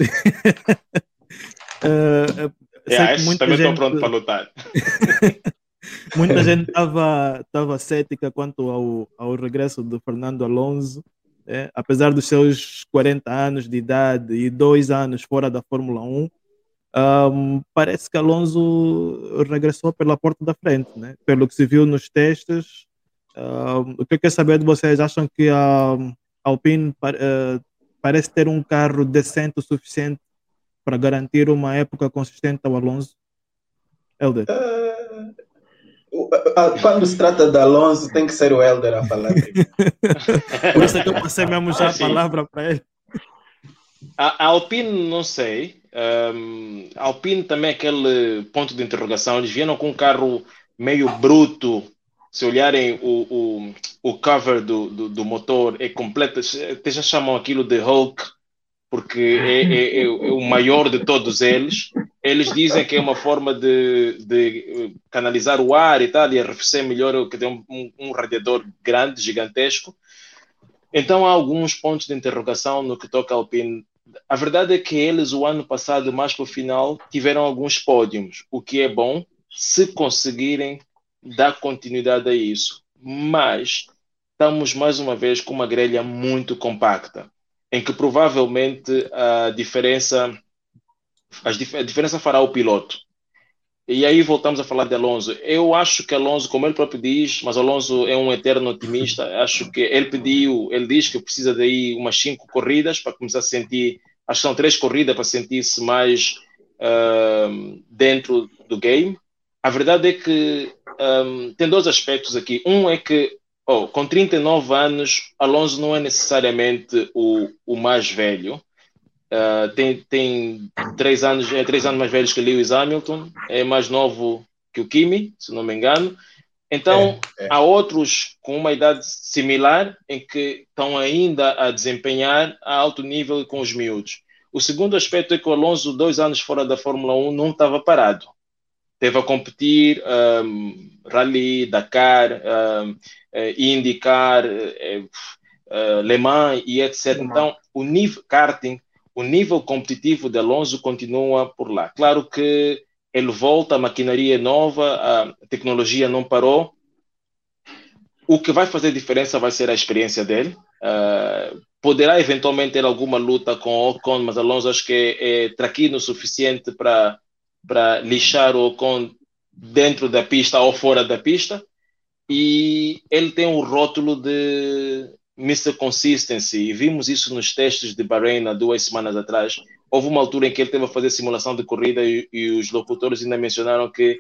Também estou pronto para lutar. Muita gente estava cética quanto ao regresso do Fernando Alonso, apesar dos seus 40 anos de idade e 2 anos fora da Fórmula 1. Parece que Alonso regressou pela porta da frente, né? Pelo que se viu nos testes. O que eu quero saber de vocês, acham que a Alpine parece ter um carro decente o suficiente para garantir uma época consistente ao Alonso? Helder? Quando se trata de Alonso, tem que ser o Helder a falar. Por isso é que eu passei mesmo já a palavra para ele. A Alpine, não sei. A Alpine também é aquele ponto de interrogação. Eles vieram com um carro meio bruto. Se olharem o cover do motor, é completo. Até já chamam aquilo de Hulk, porque é o maior de todos eles. Eles dizem que é uma forma de canalizar o ar e tal, e arrefecer melhor, que tem um radiador grande, gigantesco. Então há alguns pontos de interrogação no que toca ao Alpine. A verdade é que eles, o ano passado, mais para o final, tiveram alguns pódios, o que é bom, se conseguirem dar continuidade a isso. Mas estamos mais uma vez com uma grelha muito compacta, em que provavelmente a diferença fará o piloto. E aí voltamos a falar de Alonso. Eu acho que Alonso, como ele próprio diz, mas Alonso é um eterno otimista, acho que ele diz que precisa de aí umas 5 corridas para começar a sentir, acho que são 3 corridas para sentir-se mais dentro do game. A verdade é que tem 2 aspectos aqui. Um é que, com 39 anos, Alonso não é necessariamente o mais velho. Tem 3 anos mais velhos que Lewis Hamilton, é mais novo que o Kimi, se não me engano. Então, há outros com uma idade similar em que estão ainda a desempenhar a alto nível com os miúdos. O segundo aspecto é que o Alonso, 2 anos fora da Fórmula 1, não estava parado. Teve a competir Rally, Dakar, IndyCar, Le Mans e etc. Então, o nível karting, o nível competitivo de Alonso continua por lá. Claro que ele volta, a maquinaria é nova, a tecnologia não parou. O que vai fazer diferença vai ser a experiência dele. Poderá eventualmente ter alguma luta com o Ocon, mas Alonso acho que é traquino o suficiente para lixar o Ocon dentro da pista ou fora da pista. E ele tem um rótulo de Mr. Consistency, e vimos isso nos testes de Bahrein há 2 semanas atrás. Houve uma altura em que ele teve a fazer simulação de corrida e os locutores ainda mencionaram que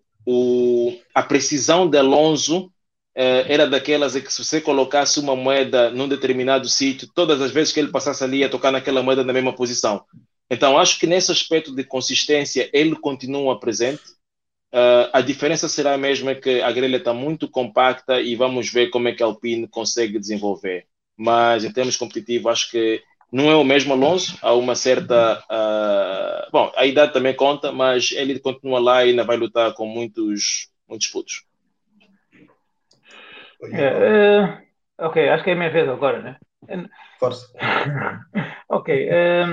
a precisão de Alonso era daquelas em que se você colocasse uma moeda num determinado sítio, todas as vezes que ele passasse ali ia tocar naquela moeda na mesma posição. Então acho que nesse aspecto de consistência ele continua presente. A diferença será a mesma, que a grelha está muito compacta e vamos ver como é que a Alpine consegue desenvolver. Mas em termos competitivos acho que não é o mesmo Alonso, há uma certa... bom, a idade também conta, mas ele continua lá e ainda vai lutar com muitos putos. Ok, acho que é a minha vez agora, né? Força. Ok.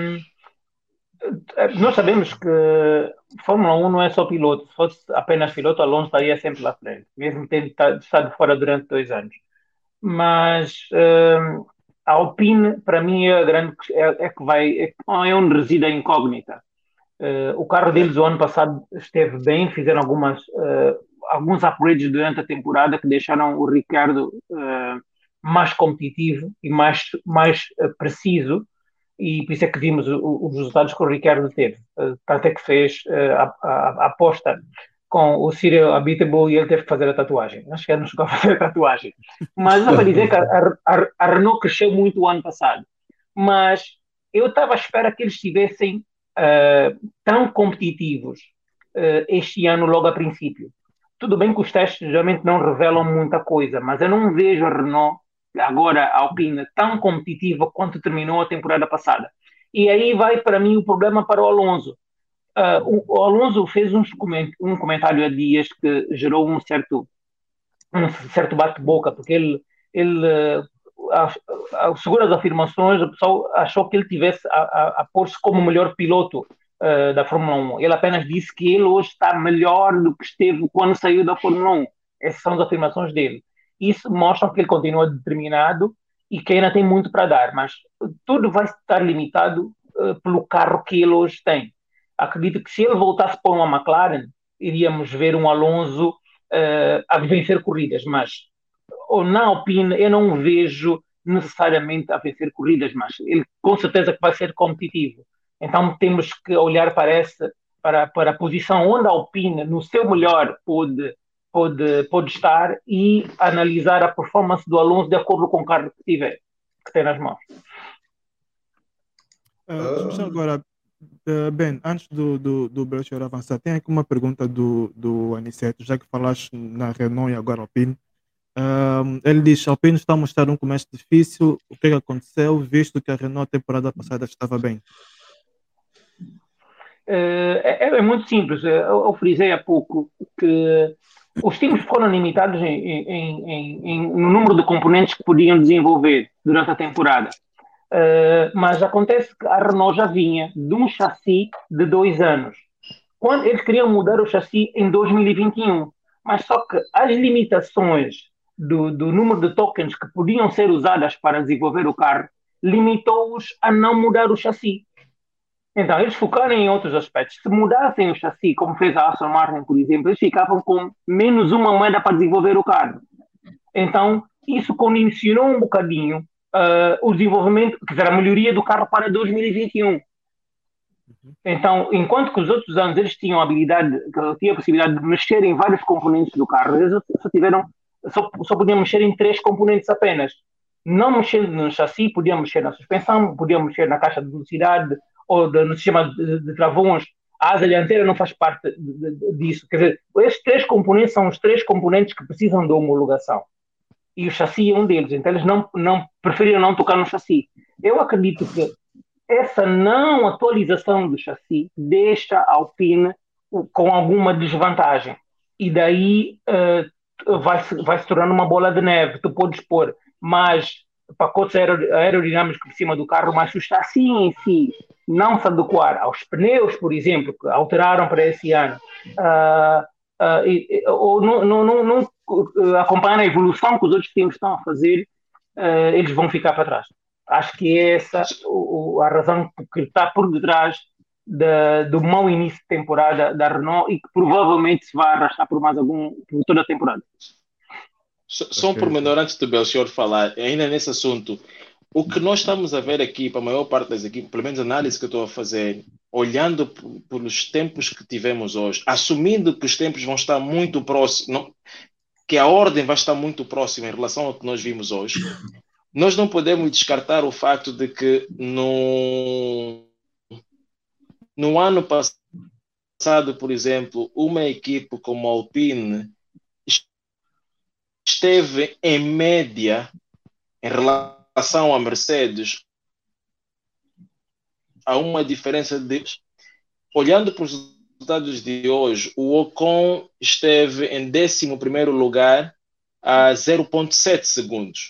Nós sabemos que Fórmula 1 não é só piloto. Se fosse apenas piloto, Alonso estaria sempre lá frente, mesmo tendo estado fora durante 2 anos. Mas a Alpine, para mim, é a grande, é onde reside a incógnita. O carro deles, o ano passado, esteve bem, fizeram alguns upgrades durante a temporada que deixaram o Ricciardo mais competitivo e mais preciso, e por isso é que vimos os resultados que o Ricciardo teve. Tanto é que fez a aposta com o Cyril Abiteboul e ele teve que fazer a tatuagem. Acho que ele não chegou a fazer a tatuagem. Mas dá para dizer que a Renault cresceu muito o ano passado. Mas eu estava à espera que eles estivessem tão competitivos este ano logo a princípio. Tudo bem que os testes geralmente não revelam muita coisa, mas eu não vejo a Renault, agora a Alpine, tão competitiva quanto terminou a temporada passada. E aí vai para mim o problema para o Alonso. O Alonso fez um comentário há dias que gerou um certo bate-boca, porque ele segura as afirmações, o pessoal achou que ele tivesse a pôr-se como o melhor piloto da Fórmula 1. Ele apenas disse que ele hoje está melhor do que esteve quando saiu da Fórmula 1. Essas são as afirmações dele. Isso mostra que ele continua determinado e que ainda tem muito para dar, mas tudo vai estar limitado pelo carro que ele hoje tem. Acredito que se ele voltasse para uma McLaren, iríamos ver um Alonso a vencer corridas, mas na Alpine eu não vejo necessariamente a vencer corridas, mas ele com certeza que vai ser competitivo. Então temos que olhar para a posição onde a Alpine, no seu melhor, pode estar e analisar a performance do Alonso de acordo com o carro que tem nas mãos. Agora, Ben, antes do Belchior avançar, tem aqui uma pergunta do Aniceto, já que falaste na Renault e agora Alpine. Ele diz: a Alpine está a mostrar um começo difícil. O que aconteceu, visto que a Renault temporada passada estava bem? É muito simples. Eu frisei há pouco que os times foram limitados no número de componentes que podiam desenvolver durante a temporada. Mas acontece que a Renault já vinha de um chassi de 2 anos. Quando eles queriam mudar o chassi em 2021, mas só que as limitações do número de tokens que podiam ser usadas para desenvolver o carro, limitou-os a não mudar o chassi. Então, eles focaram em outros aspectos. Se mudassem o chassi, como fez a Aston Martin, por exemplo, eles ficavam com menos uma moeda para desenvolver o carro. Então, isso condicionou um bocadinho o desenvolvimento, quer dizer, a melhoria do carro para 2021. Então, enquanto que os outros anos eles tinham a possibilidade de mexer em vários componentes do carro, eles só podiam mexer em 3 componentes apenas. Não mexendo no chassi, podiam mexer na suspensão, podiam mexer na caixa de velocidade ou no sistema de travões. A asa dianteira não faz parte disso. Quer dizer, esses 3 componentes são os 3 componentes que precisam de homologação. E o chassi é um deles. Então, eles preferiram não tocar no chassi. Eu acredito que essa não atualização do chassi deixa a Alpine com alguma desvantagem. E daí vai se tornando uma bola de neve. Tu podes pôr mais pacotes aerodinâmicos por cima do carro, mas se o chassi em si não se adequar aos pneus, por exemplo, que alteraram para esse ano, ou não acompanhar a evolução que os outros times estão a fazer, eles vão ficar para trás. Acho que é essa a razão que está por detrás do mau início de temporada da Renault e que provavelmente se vai arrastar por toda a temporada. Só um pormenor antes do Belchior falar, ainda nesse assunto. O que nós estamos a ver aqui, para a maior parte das equipes, pelo menos a análise que eu estou a fazer, olhando pelos tempos que tivemos hoje, assumindo que os tempos vão estar muito próximos, que a ordem vai estar muito próxima em relação ao que nós vimos hoje, nós não podemos descartar o facto de que no ano passado, por exemplo, uma equipe como a Alpine esteve em média em relação à Mercedes a uma diferença de... Olhando para os resultados de hoje, o Ocon esteve em 11º lugar a 0,7 segundos.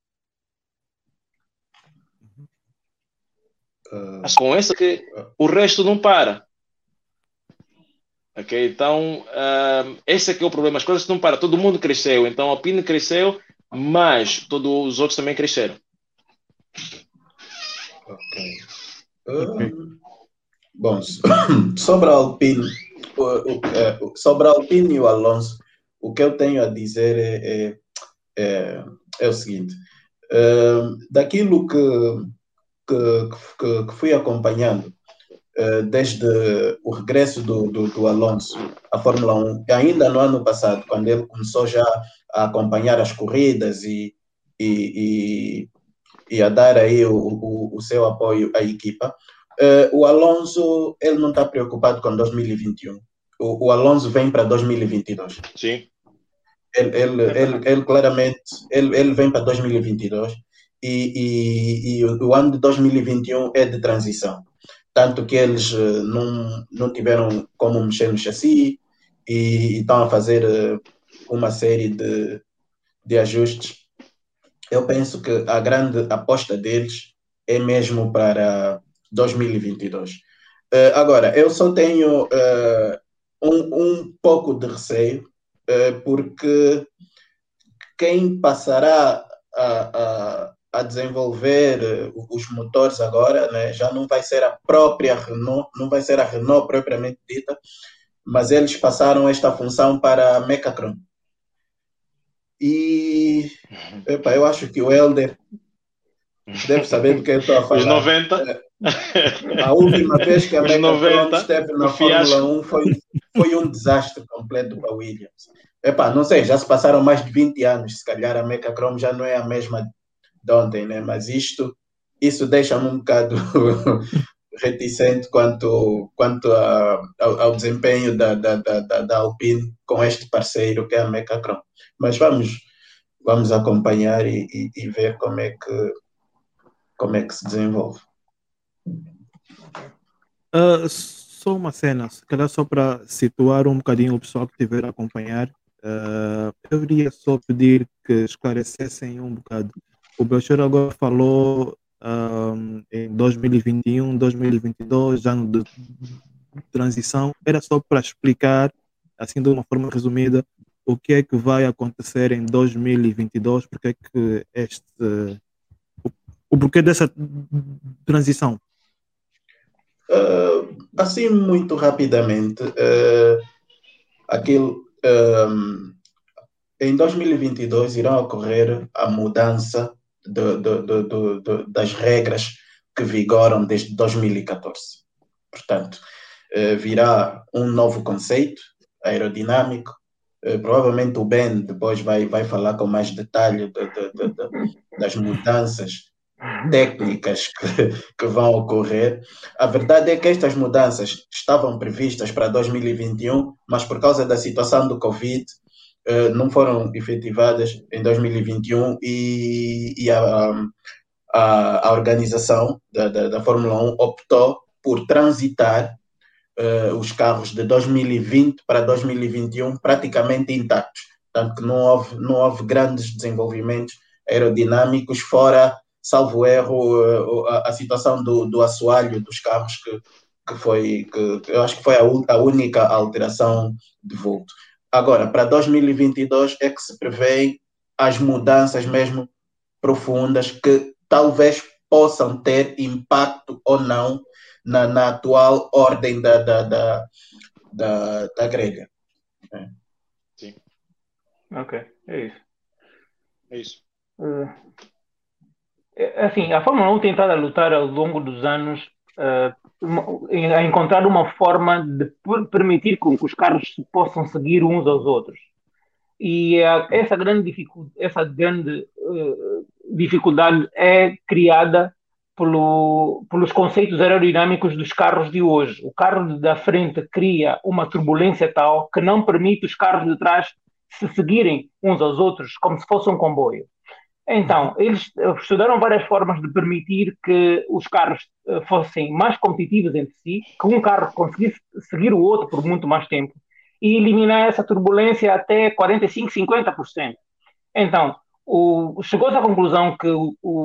Com essa que o resto não para. Ok? Então, esse é que é o problema. As coisas não param. Todo mundo cresceu. Então, a Alpine cresceu, mas todos os outros também cresceram. Ok. Bom, sobre a Alpine, sobre a Alpine e o Alonso, o que eu tenho a dizer é o seguinte. Daquilo que fui acompanhando desde o regresso do Alonso à Fórmula 1, ainda no ano passado, quando ele começou já a acompanhar as corridas e a dar aí o seu apoio à equipa, o Alonso, ele não está preocupado com 2021. O Alonso vem para 2022. Sim. Ele claramente ele vem para 2022 e o ano de 2021 é de transição. Tanto que eles não tiveram como mexer no chassi e estão a fazer uma série de ajustes. Eu penso que a grande aposta deles é mesmo para 2022. Agora, eu só tenho um pouco de receio, porque quem passará a desenvolver os motores agora, né, já não vai ser a própria Renault, não vai ser a Renault propriamente dita, mas eles passaram esta função para a Mecacron. E eu acho que o Helder deve saber do que eu estou a falar. Os 90. A última vez que a Mecacron esteve na Fórmula 1 foi um desastre completo para a Williams. Não sei, já se passaram mais de 20 anos, se calhar a Mecacron já não é a mesma de ontem, né? Mas isso deixa-me um bocado reticente quanto ao desempenho da Alpine com este parceiro que é a Mecacron. Mas vamos acompanhar e ver como é que se desenvolve. Só uma cena, se calhar só para situar um bocadinho o pessoal que estiver a acompanhar, eu iria só pedir que esclarecessem um bocado. O Belchior agora falou em 2021, 2022, ano de transição. Era só para explicar, assim de uma forma resumida, o que é que vai acontecer em 2022, porque é que o porquê dessa transição? Assim, muito rapidamente, em 2022 irá ocorrer a mudança das regras que vigoram desde 2014. Portanto, virá um novo conceito aerodinâmico. Provavelmente o Ben depois vai falar com mais detalhe das mudanças técnicas que vão ocorrer. A verdade é que estas mudanças estavam previstas para 2021, mas por causa da situação do Covid, não foram efetivadas em 2021 e a organização da Fórmula 1 optou por transitar os carros de 2020 para 2021 praticamente intactos. Portanto, que não houve grandes desenvolvimentos aerodinâmicos, fora, salvo erro, a situação do assoalho dos carros, que eu acho que foi a única alteração de vulto. Agora, para 2022 é que se prevê as mudanças mesmo profundas que talvez possam ter impacto ou não na atual ordem da grelha. Sim. Ok, é isso. É isso. Assim, a Fórmula 1 tem estado a lutar ao longo dos anos a encontrar uma forma de permitir que os carros possam seguir uns aos outros. E essa grande dificuldade é criada pelos conceitos aerodinâmicos dos carros de hoje. O carro da frente cria uma turbulência tal que não permite os carros de trás se seguirem uns aos outros como se fosse um comboio. Então, eles estudaram várias formas de permitir que os carros fossem mais competitivos entre si, que um carro conseguisse seguir o outro por muito mais tempo e eliminar essa turbulência até 45%, 50%. Então, chegou-se à conclusão que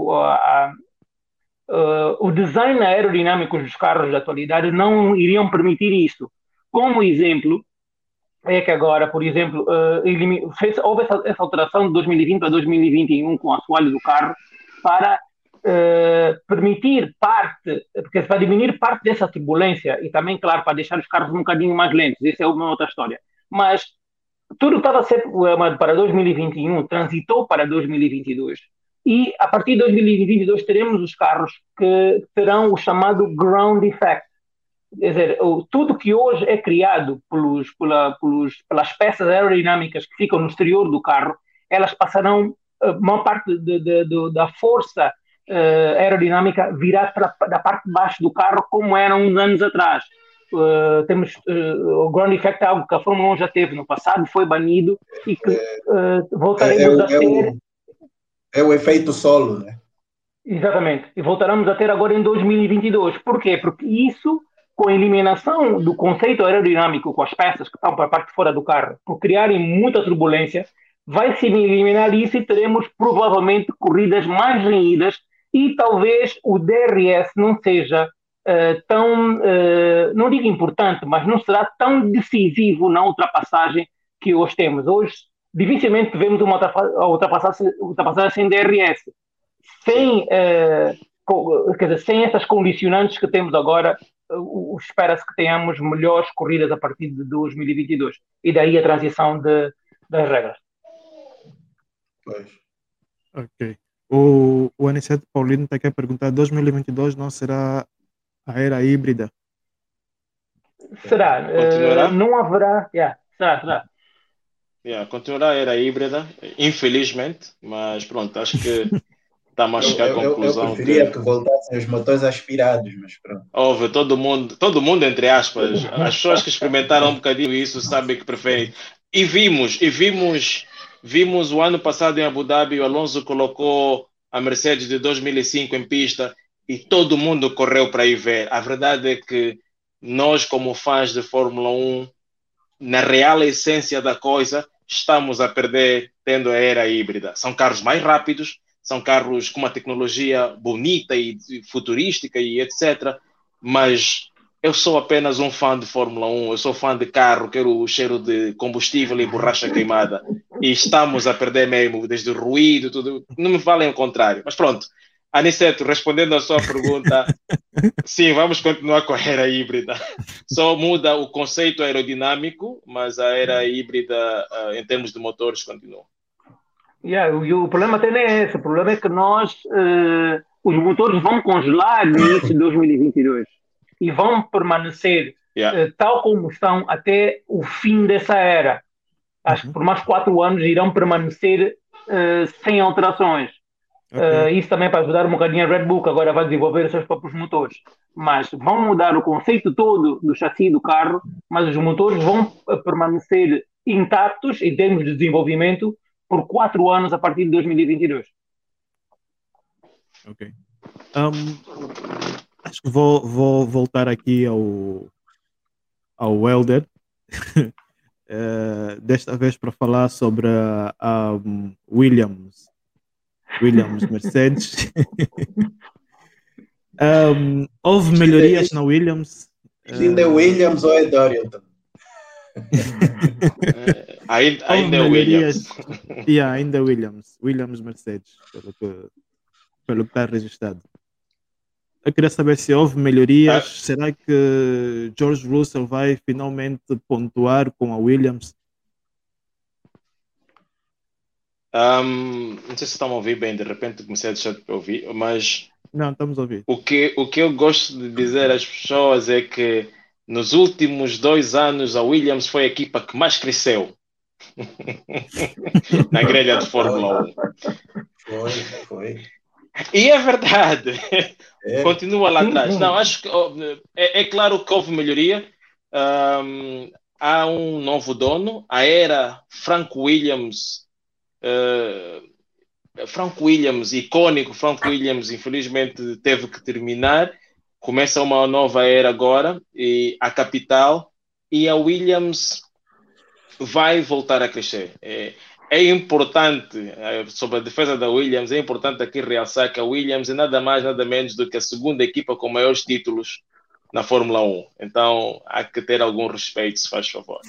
o design aerodinâmico dos carros da atualidade não iriam permitir isso. Como exemplo, é que agora, por exemplo, houve essa alteração de 2020 para 2021 com o assoalho do carro para permitir para diminuir parte dessa turbulência e também, claro, para deixar os carros um bocadinho mais lentos. Essa é uma outra história. Mas tudo estava a ser para 2021, transitou para 2022. E a partir de 2022 teremos os carros que terão o chamado ground effect. Quer dizer, tudo que hoje é criado pelas peças aerodinâmicas que ficam no exterior do carro, elas passarão, uma parte da força aerodinâmica virá da parte de baixo do carro, como era uns anos atrás. O ground effect é algo que a Fórmula 1 já teve no passado, foi banido e que voltaremos a ter. É o efeito solo, né? Exatamente. E voltaremos a ter agora em 2022. Por quê? Porque isso, com a eliminação do conceito aerodinâmico com as peças que estão para a parte de fora do carro, por criarem muita turbulência, vai-se eliminar isso e teremos provavelmente corridas mais renhidas e talvez o DRS não seja tão, não digo importante, mas não será tão decisivo na ultrapassagem que hoje temos. Hoje, dificilmente vemos uma ultrapassagem sem DRS. Sem essas condicionantes que temos agora, espera-se que tenhamos melhores corridas a partir de 2022. E daí a transição das regras. Pois. Ok. O Aniceto Paulino está aqui a perguntar: 2022 não será a era híbrida? Será? Não haverá. Será. Continuará a era híbrida, infelizmente, mas pronto, acho que estamos a chegar à conclusão. Eu preferia que voltassem os motores aspirados, mas pronto. Houve todo mundo entre aspas. As pessoas que experimentaram um bocadinho isso sabem que preferem. E vimos o ano passado em Abu Dhabi, o Alonso colocou a Mercedes de 2005 em pista e todo mundo correu para ir ver. A verdade é que nós, como fãs de Fórmula 1, na real essência da coisa, estamos a perder tendo a era híbrida. São carros mais rápidos, são carros com uma tecnologia bonita e futurística e etc. Mas eu sou apenas um fã de Fórmula 1, eu sou fã de carro, quero o cheiro de combustível e borracha queimada. E estamos a perder mesmo, desde o ruído, tudo. Não me valem o contrário. Mas pronto, Aniceto, respondendo à sua pergunta, sim, vamos continuar com a era híbrida. Só muda o conceito aerodinâmico, mas a era híbrida, em termos de motores, continua. E o problema até não é esse. O problema é que os motores vão congelar no início de 2022 e vão permanecer Yeah. tal como estão até o fim dessa era. Acho que por mais 4 anos irão permanecer sem alterações. Ok. Isso também para ajudar um bocadinho a Red Bull, que agora vai desenvolver os seus próprios motores. Mas vão mudar o conceito todo do chassi do carro, mas os motores vão permanecer intactos em termos de desenvolvimento por 4 anos a partir de 2022. Ok. Acho que vou voltar aqui ao Welder. Desta vez para falar sobre a Williams Mercedes. Houve melhorias na Williams. Ainda é Williams ou é Dorrington? Ainda é Williams. Ainda é Williams Mercedes, pelo que está registrado. Eu queria saber se houve melhorias. Será que George Russell vai finalmente pontuar com a Williams? Não sei se estão a ouvir bem, de repente comecei a deixar de ouvir, mas não, estamos a ouvir. O que eu gosto de dizer às pessoas é que nos últimos 2 anos a Williams foi a equipa que mais cresceu na grelha de Fórmula 1. Foi. E é verdade. Continua lá atrás. Não, acho que é claro que houve melhoria. Há um novo dono. A era Frank Williams, icônico Frank Williams, infelizmente teve que terminar. Começa uma nova era agora, e a capital, e a Williams vai voltar a crescer. É importante, sobre a defesa da Williams, é importante aqui realçar que a Williams é nada mais, nada menos do que a segunda equipa com maiores títulos na Fórmula 1. Então, há que ter algum respeito, se faz favor.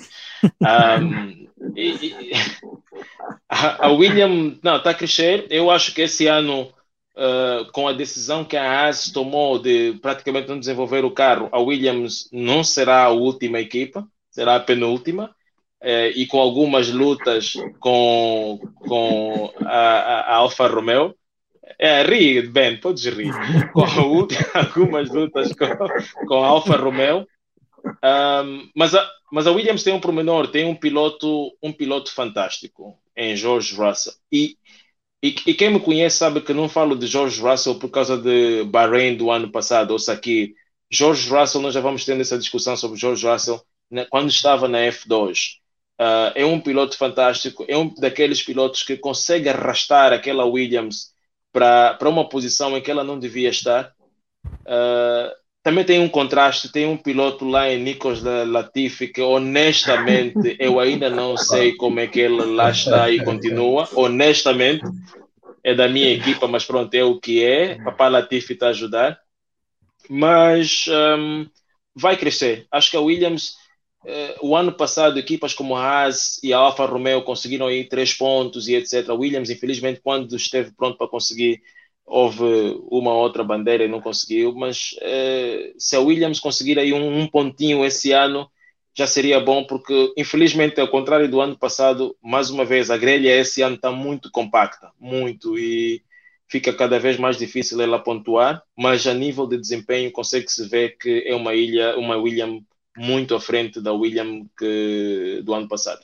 A Williams está a crescer. Eu acho que esse ano, com a decisão que a Haas tomou de praticamente não desenvolver o carro, a Williams não será a última equipa, será a penúltima. E com algumas lutas com a Alfa Romeo. Ri, Ben, podes rir. Com algumas lutas com a Alfa Romeo. Mas a Williams tem um pormenor, tem um piloto fantástico em George Russell. E quem me conhece sabe que não falo de George Russell por causa de Bahrein do ano passado, ou Sakir. George Russell, nós já vamos tendo essa discussão sobre George Russell quando estava na F2. É um piloto fantástico, é um daqueles pilotos que consegue arrastar aquela Williams para uma posição em que ela não devia estar. Também tem um contraste, tem um piloto lá em Nicholas Latifi que honestamente eu ainda não sei como é que ele lá está e continua, honestamente é da minha equipa, mas pronto, é o que é. Papá Latifi está a ajudar, mas vai crescer. Acho que a Williams, o ano passado, equipas como a Haas e a Alfa Romeo conseguiram aí 3 pontos e etc. A Williams, infelizmente, quando esteve pronto para conseguir, houve uma outra bandeira e não conseguiu, mas se a Williams conseguir aí um pontinho esse ano, já seria bom, porque infelizmente, ao contrário do ano passado, mais uma vez, a grelha esse ano está muito compacta, muito, e fica cada vez mais difícil ela pontuar, mas a nível de desempenho consegue-se ver que é uma Williams muito à frente da Williams do ano passado.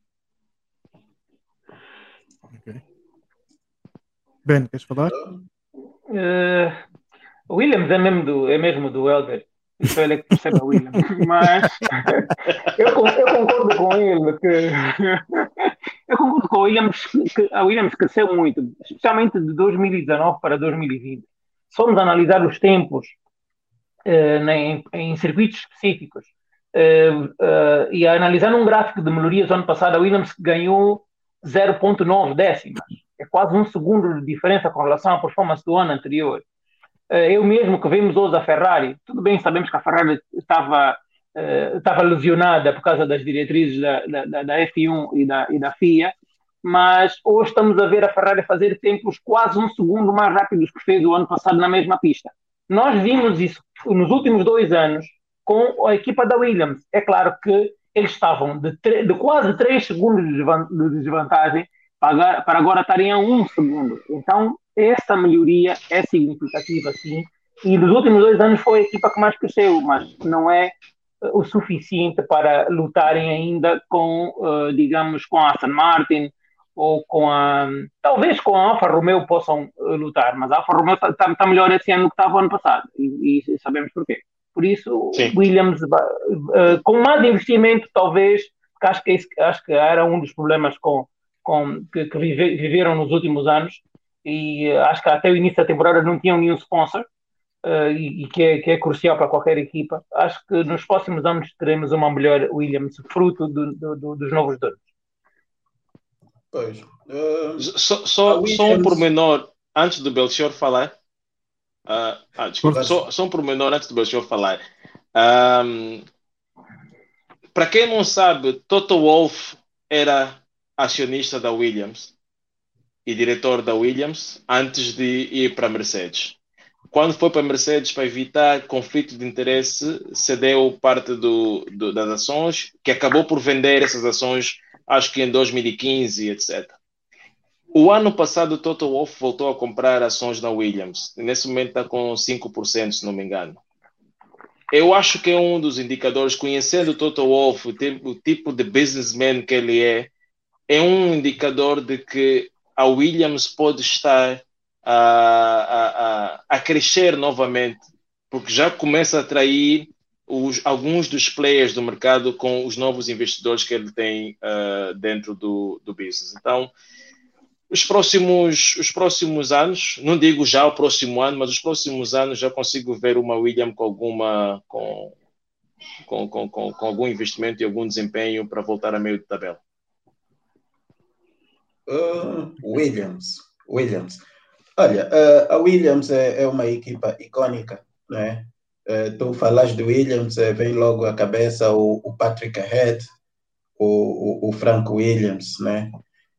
Okay. Ben, queres falar? Williams é mesmo do Elder. Isso ele é que percebe a Williams. Mas eu concordo com ele eu concordo com a Williams que a Williams cresceu muito, especialmente de 2019 para 2020. Se formos analisar os tempos em circuitos específicos e analisar um gráfico de melhorias, ano passado a Williams ganhou 0,9 décimas. É quase 1 segundo de diferença com relação à performance do ano anterior. Eu mesmo que vimos hoje a Ferrari, tudo bem, sabemos que a Ferrari estava lesionada por causa das diretrizes da F1 e da FIA, mas hoje estamos a ver a Ferrari fazer tempos quase um segundo mais rápidos que fez o ano passado na mesma pista. Nós vimos isso nos últimos 2 anos com a equipa da Williams. É claro que eles estavam de quase 3 segundos de desvantagem para agora estarem a 1 segundo. Então, essa melhoria é significativa, sim. E nos últimos 2 anos foi a equipa que mais cresceu, mas não é o suficiente para lutarem ainda com, digamos, com a Aston Martin ou talvez com a Alfa Romeo possam lutar, mas a Alfa Romeo está melhor esse ano do que estava ano passado e sabemos porquê. Por isso, Sim. Williams, com mais investimento, talvez, acho que era um dos problemas que viveram nos últimos anos, e acho que até o início da temporada não tinham nenhum sponsor, e que é crucial para qualquer equipa. Acho que nos próximos anos teremos uma melhor Williams, fruto dos novos donos. Pois. Só um pormenor antes do Belchior falar. Desculpa, só um pormenor antes do Belchior falar. Para quem não sabe, Toto Wolff era acionista da Williams e diretor da Williams antes de ir para a Mercedes. Quando foi para a Mercedes, para evitar conflito de interesse, cedeu parte das ações, que acabou por vender essas ações, acho que em 2015, etc. O ano passado, o Toto Wolff voltou a comprar ações na Williams. Nesse momento está com 5%, se não me engano. Eu acho que é um dos indicadores, conhecendo o Toto Wolff, o tipo de businessman que ele é um indicador de que a Williams pode estar a crescer novamente, porque já começa a atrair alguns dos players do mercado com os novos investidores que ele tem dentro do business. Então, os próximos anos, não digo já o próximo ano, mas os próximos anos já consigo ver uma Williams com algum investimento e algum desempenho para voltar a meio de tabela. Williams. Olha, a Williams é uma equipa icônica, né? Tu falas de Williams, vem logo à cabeça o Patrick Head, o Frank Williams, né?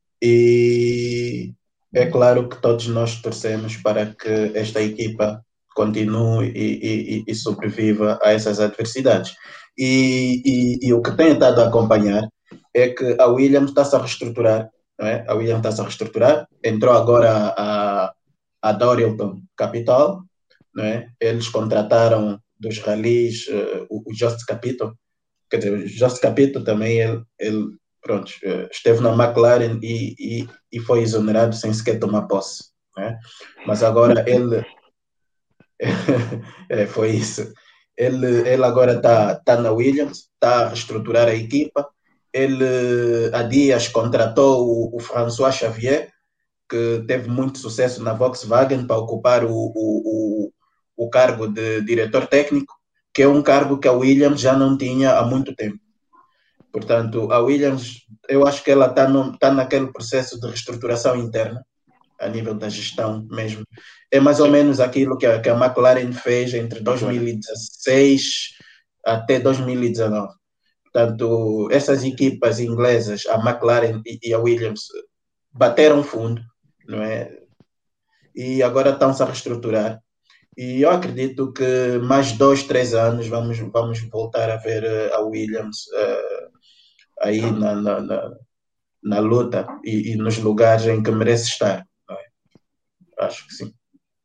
E é claro que todos nós torcemos para que esta equipa continue e sobreviva a essas adversidades. E o que tenho estado a acompanhar é que a Williams está-se a reestruturar, não é? A Williams está-se a reestruturar, entrou agora a Dorilton Capital, não é? Eles contrataram dos rallies o Just Capito, quer dizer, o Just Capito também, ele pronto, esteve na McLaren e foi exonerado sem sequer tomar posse, né? Mas agora ele foi isso. Ele agora está na Williams, está a reestruturar a equipa. Ele há dias contratou o François Xavier, que teve muito sucesso na Volkswagen, para ocupar o cargo de diretor técnico, que é um cargo que a Williams já não tinha há muito tempo. Portanto, a Williams, eu acho que ela está naquele processo de reestruturação interna, a nível da gestão mesmo. É mais ou menos aquilo que a McLaren fez entre 2016 até 2019. Portanto, essas equipas inglesas, a McLaren e a Williams, bateram fundo, não é? E agora estão-se a reestruturar. E eu acredito que mais 2, 3 anos vamos voltar a ver a Williams aí na luta e nos lugares em que merece estar. Acho que sim.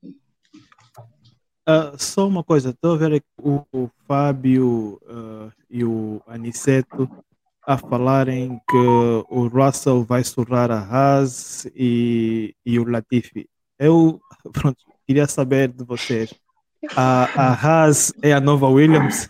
Só uma coisa, estou a ver o Fábio e o Aniceto a falarem que o Russell vai surrar a Haas e o Latifi. Eu queria saber de vocês, a Haas é a nova Williams?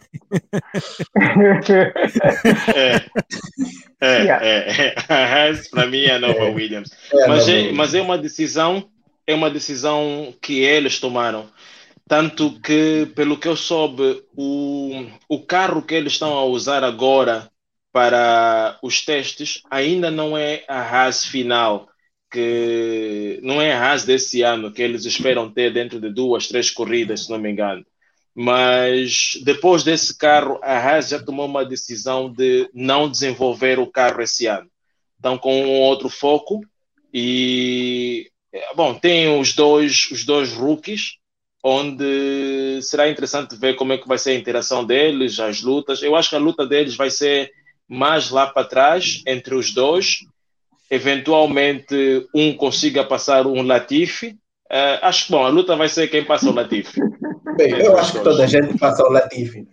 A Haas para mim é a nova Williams. Mas é uma decisão que eles tomaram. Tanto que, pelo que eu soube, o carro que eles estão a usar agora para os testes ainda não é a Haas final, que não é a Haas desse ano que eles esperam ter dentro de 2, 3 corridas, se não me engano. Mas depois desse carro, a Haas já tomou uma decisão de não desenvolver o carro esse ano. Estão com um outro foco e, bom, tem os dois rookies, onde será interessante ver como é que vai ser a interação deles, as lutas. Eu acho que a luta deles vai ser mais lá para trás, entre os dois. Eventualmente, um consiga passar um Latifi. Acho que, bom, a luta vai ser quem passa o Latifi. Bem, eu acho que toda a gente passa o Latifi.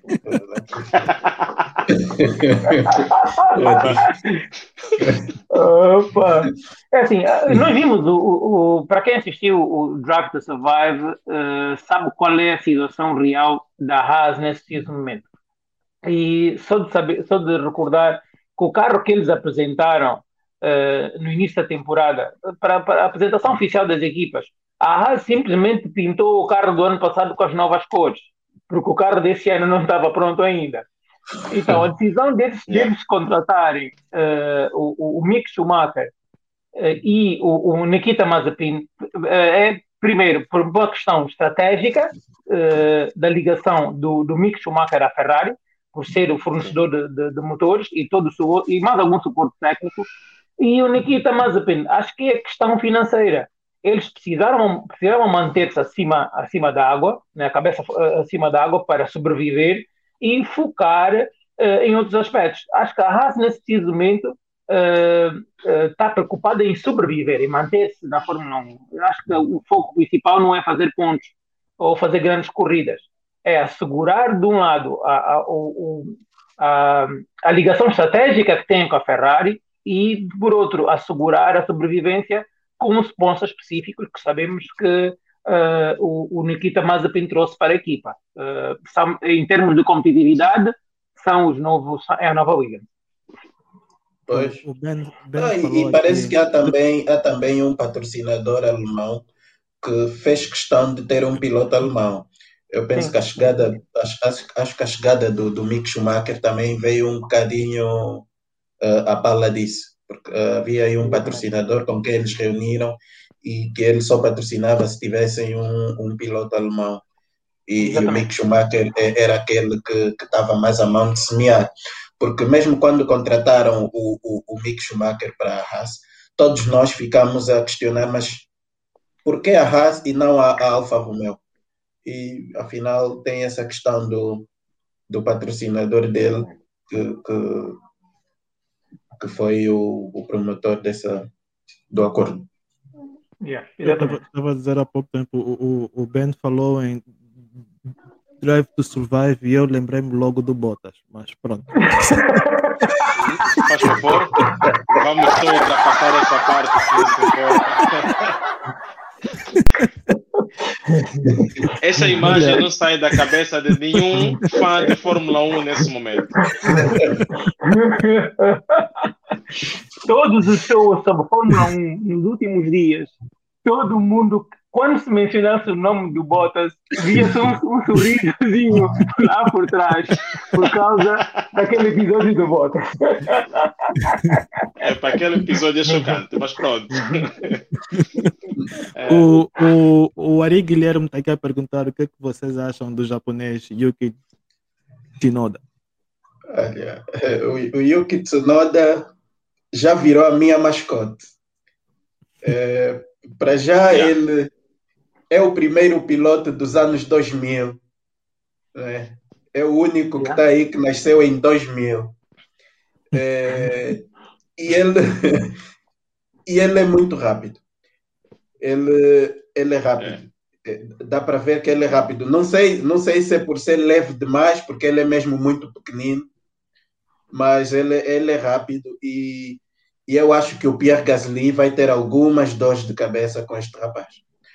Opa. É assim, nós vimos, para quem assistiu o Drive to Survive, sabe qual é a situação real da Haas nesse preciso momento. E só de recordar que o carro que eles apresentaram no início da temporada, para a apresentação oficial das equipas, a Haas simplesmente pintou o carro do ano passado com as novas cores, porque o carro desse ano não estava pronto ainda. Então, a decisão deles contratarem o Mick Schumacher e o Nikita Mazepin é, primeiro, por uma questão estratégica da ligação do Mick Schumacher à Ferrari, por ser o fornecedor de motores e mais algum suporte técnico, e o Nikita Mazepin, acho que é questão financeira. Eles precisavam manter-se acima da água, né, a cabeça acima da água para sobreviver e focar em outros aspectos. Acho que a Haas, nesse preciso momento, está preocupada em sobreviver e manter-se na Fórmula 1. Eu acho que o foco principal não é fazer pontos ou fazer grandes corridas. É assegurar, de um lado, a ligação estratégica que tem com a Ferrari e, por outro, assegurar a sobrevivência com um sponsor específico que sabemos que o Nikita Mazepin trouxe para a equipa. Em termos de competitividade, é a nova Williams. Pois. O Ben e parece que há também um patrocinador alemão que fez questão de ter um piloto alemão. Eu penso que acho que a chegada do Mick Schumacher também veio um bocadinho à pala disso, porque havia aí um patrocinador com quem eles reuniram e que ele só patrocinava se tivessem um piloto alemão. E o Mick Schumacher era aquele que estava mais à mão de semear. Porque mesmo quando contrataram o Mick Schumacher para a Haas, todos nós ficamos a questionar, mas por que a Haas e não a Alfa Romeo? E afinal tem essa questão do patrocinador dele, que foi o promotor do acordo. Eu estava a dizer há pouco tempo, o Ben falou em Drive to Survive e eu lembrei-me logo do Bottas, mas pronto. Faz favor, vamos só ultrapassar essa parte, se for. Essa imagem não sai da cabeça de nenhum fã de Fórmula 1 nesse momento. Todos os shows sobre Fórmula 1 nos últimos dias, todo mundo, quando se mencionasse o nome do Bottas, via-se um sorrisozinho lá por trás, por causa daquele episódio do Bottas. Para aquele episódio é chocante, mas pronto. O Ari Guilherme está aqui a perguntar o que é que vocês acham do japonês Yuki Tsunoda. Olha, o Yuki Tsunoda já virou a minha mascote. Para já, ele é o primeiro piloto dos anos 2000. Né? É o único que está aí que nasceu em 2000. E ele é muito rápido. Ele é rápido. Dá para ver que ele é rápido. Não sei se é por ser leve demais, porque ele é mesmo muito pequenino, mas ele é rápido e eu acho que o Pierre Gasly vai ter algumas dores de cabeça com este rapaz.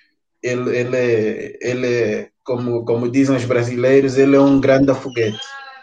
Ele como dizem os brasileiros, ele é um grande foguete.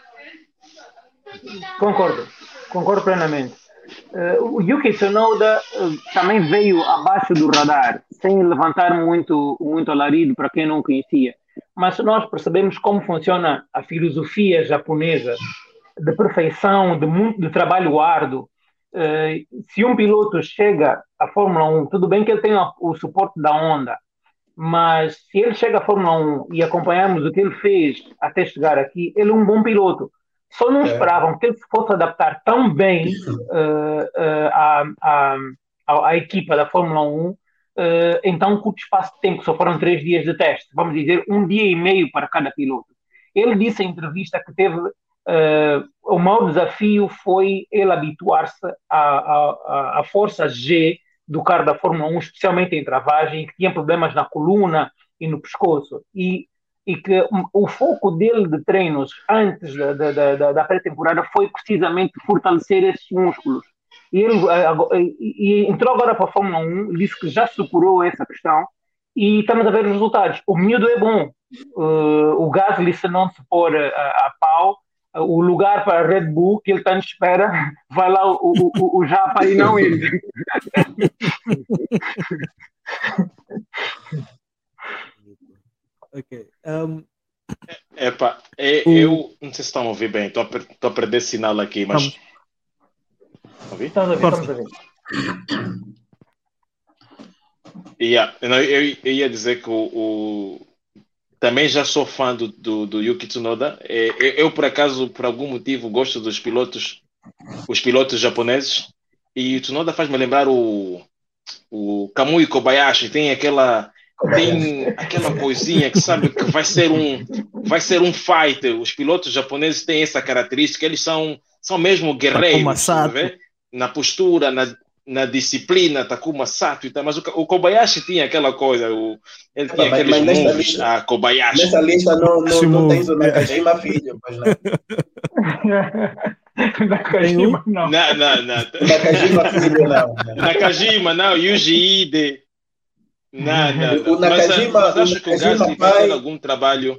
Concordo plenamente. O Yuki Tsunoda também veio abaixo do radar, sem levantar muito alarido para quem não conhecia. Mas nós percebemos como funciona a filosofia japonesa de perfeição, de trabalho árduo, se um piloto chega à Fórmula 1, tudo bem que ele tem o suporte da Honda, mas se ele chega à Fórmula 1 e acompanharmos o que ele fez até chegar aqui, ele é um bom piloto. Só não esperavam que ele se fosse adaptar tão bem à equipa da Fórmula 1 em tão curto espaço de tempo. Só foram 3 dias de teste. Vamos dizer, 1 dia e meio para cada piloto. Ele disse em entrevista que teve o maior desafio foi ele habituar-se à força G do carro da Fórmula 1, especialmente em travagem, que tinha problemas na coluna e no pescoço. E que o foco dele de treinos antes da pré-temporada foi precisamente fortalecer esses músculos. E ele entrou agora para a Fórmula 1, disse que já superou essa questão e estamos a ver os resultados. O miúdo é bom. O Gasly, se não se pôr a pau, o lugar para a Red Bull que ele tanto espera, vai lá o Japa e não ele. Ok. Eu não sei se estão a ouvir bem, estou a perder sinal aqui, mas. Estamos a ver. Eu ia dizer que também já sou fã do Yuki Tsunoda. Eu, por acaso, por algum motivo, gosto dos pilotos, os pilotos japoneses. E o Tsunoda faz-me lembrar o Kamui Kobayashi. Tem aquela coisinha que sabe que vai ser um fighter. Os pilotos japoneses têm essa característica. Eles são mesmo guerreiros, sabe? Na postura, na disciplina, Takuma Sato e tal, mas o Kobayashi tinha aquela coisa, ele tinha aqueles moves, a Kobayashi. Nessa lista não tens o Nakajima filho, mas não. Nakajima não. Nakajima filho não. Nakajima não, Yuji Ide. Não. O Nakajima, mas acho que o Gasly vai ter algum trabalho.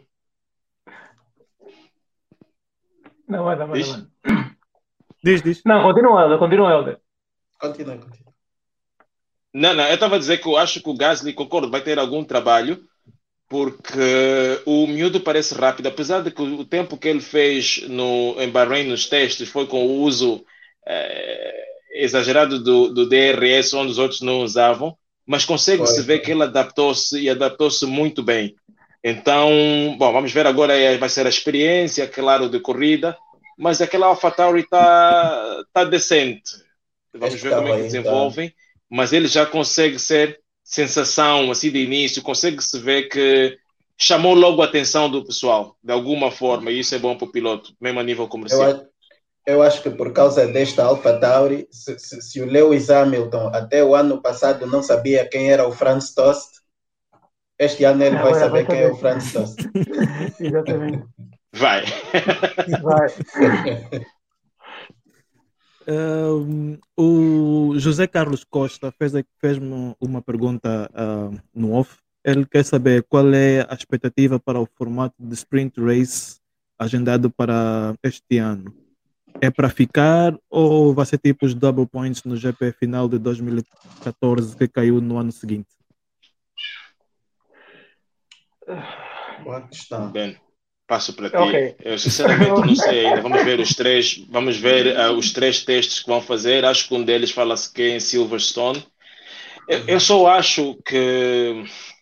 Não, vai. Diz. Não, continua, Helder. Continua. Não, eu estava a dizer que eu acho que o Gasly, concordo, vai ter algum trabalho, porque o miúdo parece rápido, apesar de que o tempo que ele fez em Bahrein nos testes foi com o uso exagerado do DRS, onde os outros não usavam, mas consegue-se ver que ele adaptou-se muito bem. Então, bom, vamos ver agora, vai ser a experiência, claro, de corrida, mas aquela AlphaTauri está decente. Vamos ver como é que desenvolvem, mas ele já consegue ser sensação assim de início, consegue-se ver que chamou logo a atenção do pessoal, de alguma forma, e isso é bom para o piloto, mesmo a nível comercial. Eu acho que por causa desta AlphaTauri, se o Lewis Hamilton até o ano passado não sabia quem era o Franz Tost, este ano ele vai saber quem é o Franz Tost. Exatamente. Vai. O José Carlos Costa fez-me uma pergunta no off. Ele quer saber qual é a expectativa para o formato de Sprint Race agendado para este ano. É para ficar ou vai ser tipo os double points no GP final de 2014 que caiu no ano seguinte? Boa questão. Bem, passo para ti. Okay. Eu sinceramente não sei ainda. Vamos ver os três testes que vão fazer. Acho que um deles fala-se que é em Silverstone. Eu só acho que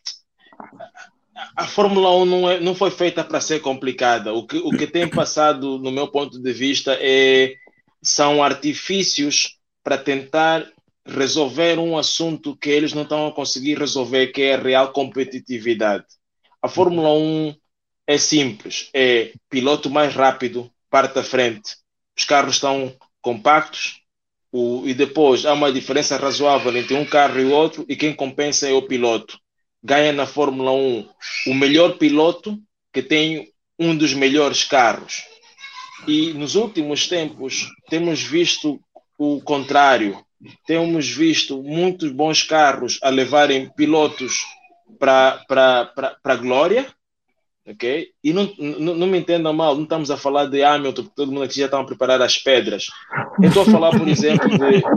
a Fórmula 1 não foi feita para ser complicada. O que tem passado, no meu ponto de vista, são artifícios para tentar resolver um assunto que eles não estão a conseguir resolver, que é a real competitividade. A Fórmula 1 é simples, é piloto mais rápido, parte à frente. Os carros estão compactos e depois há uma diferença razoável entre um carro e o outro e quem compensa é o piloto. Ganha na Fórmula 1 o melhor piloto que tem um dos melhores carros. E nos últimos tempos temos visto o contrário. Temos visto muitos bons carros a levarem pilotos para a glória, ok? E não me entendam mal, não estamos a falar de Hamilton, porque todo mundo aqui já está a preparar as pedras. Eu estou a falar, por exemplo,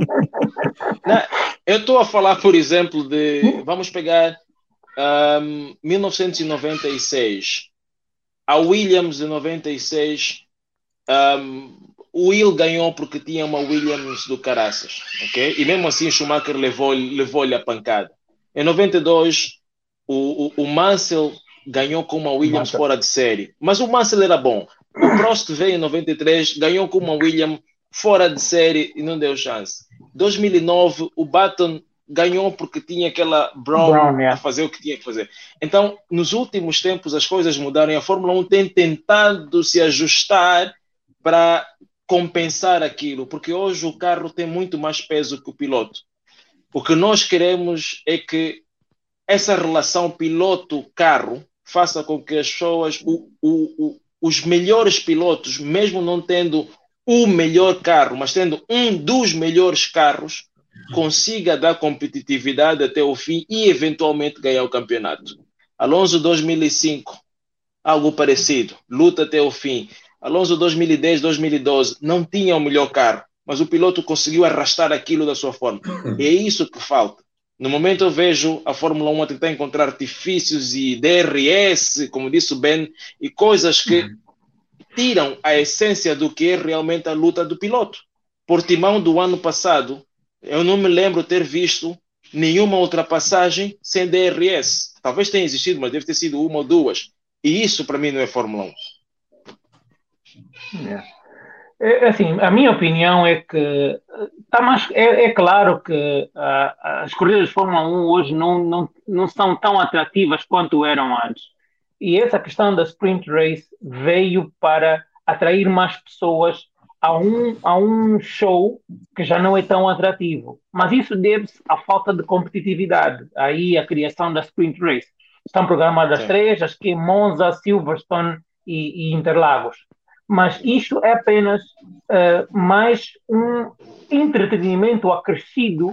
vamos pegar 1996. A Williams de 96, o Will ganhou porque tinha uma Williams do caraças, ok? E mesmo assim Schumacher levou-lhe a pancada. Em 92, o Mansell ganhou com uma Williams fora de série, mas o Mansell era bom. O Prost veio em 93, ganhou com uma Williams fora de série e não deu chance. 2009, o Button ganhou porque tinha aquela Brown a fazer o que tinha que fazer. Então, nos últimos tempos, as coisas mudaram e a Fórmula 1 tem tentado se ajustar para compensar aquilo, porque hoje o carro tem muito mais peso que o piloto. O que nós queremos é que essa relação piloto-carro faça com que as pessoas, os melhores pilotos, mesmo não tendo o melhor carro, mas tendo um dos melhores carros, consiga dar competitividade até o fim e eventualmente ganhar o campeonato. Alonso 2005, algo parecido, luta até o fim. Alonso 2010, 2012, não tinha o melhor carro, mas o piloto conseguiu arrastar aquilo da sua forma. E é isso que falta. No momento eu vejo a Fórmula 1 a tentar encontrar artifícios e DRS, como disse o Ben, e coisas que tiram a essência do que é realmente a luta do piloto. Portimão do ano passado, eu não me lembro ter visto nenhuma ultrapassagem sem DRS. Talvez tenha existido, mas deve ter sido uma ou duas. E isso para mim não é Fórmula 1. Assim, a minha opinião é que é claro que as corridas de Fórmula 1 hoje não são tão atrativas quanto eram antes. E essa questão da Sprint Race veio para atrair mais pessoas a um show que já não é tão atrativo. Mas isso deve-se à falta de competitividade. Aí a criação da Sprint Race. Estão programadas 3, acho que Monza, Silverstone e Interlagos. Mas isto é apenas mais um entretenimento acrescido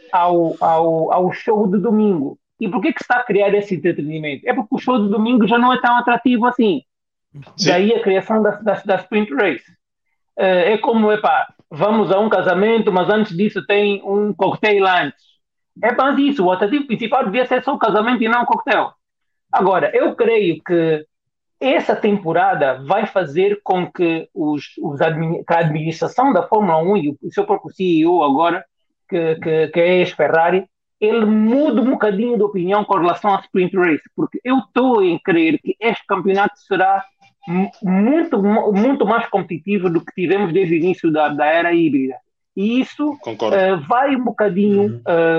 ao show de domingo. E por que se está a criar esse entretenimento? É porque o show de domingo já não é tão atrativo assim. Sim. Daí a criação da Sprint Race. É como, vamos a um casamento, mas antes disso tem um cocktail antes. É mais isso, o atrativo principal devia ser só o casamento e não o cocktail. Agora, eu creio que essa temporada vai fazer com que a administração da Fórmula 1 e o seu próprio CEO agora, que é ex-Ferrari, ele mude um bocadinho de opinião com relação à Sprint Race, porque eu estou em crer que este campeonato será muito, muito mais competitivo do que tivemos desde o início da era híbrida. E isso vai um bocadinho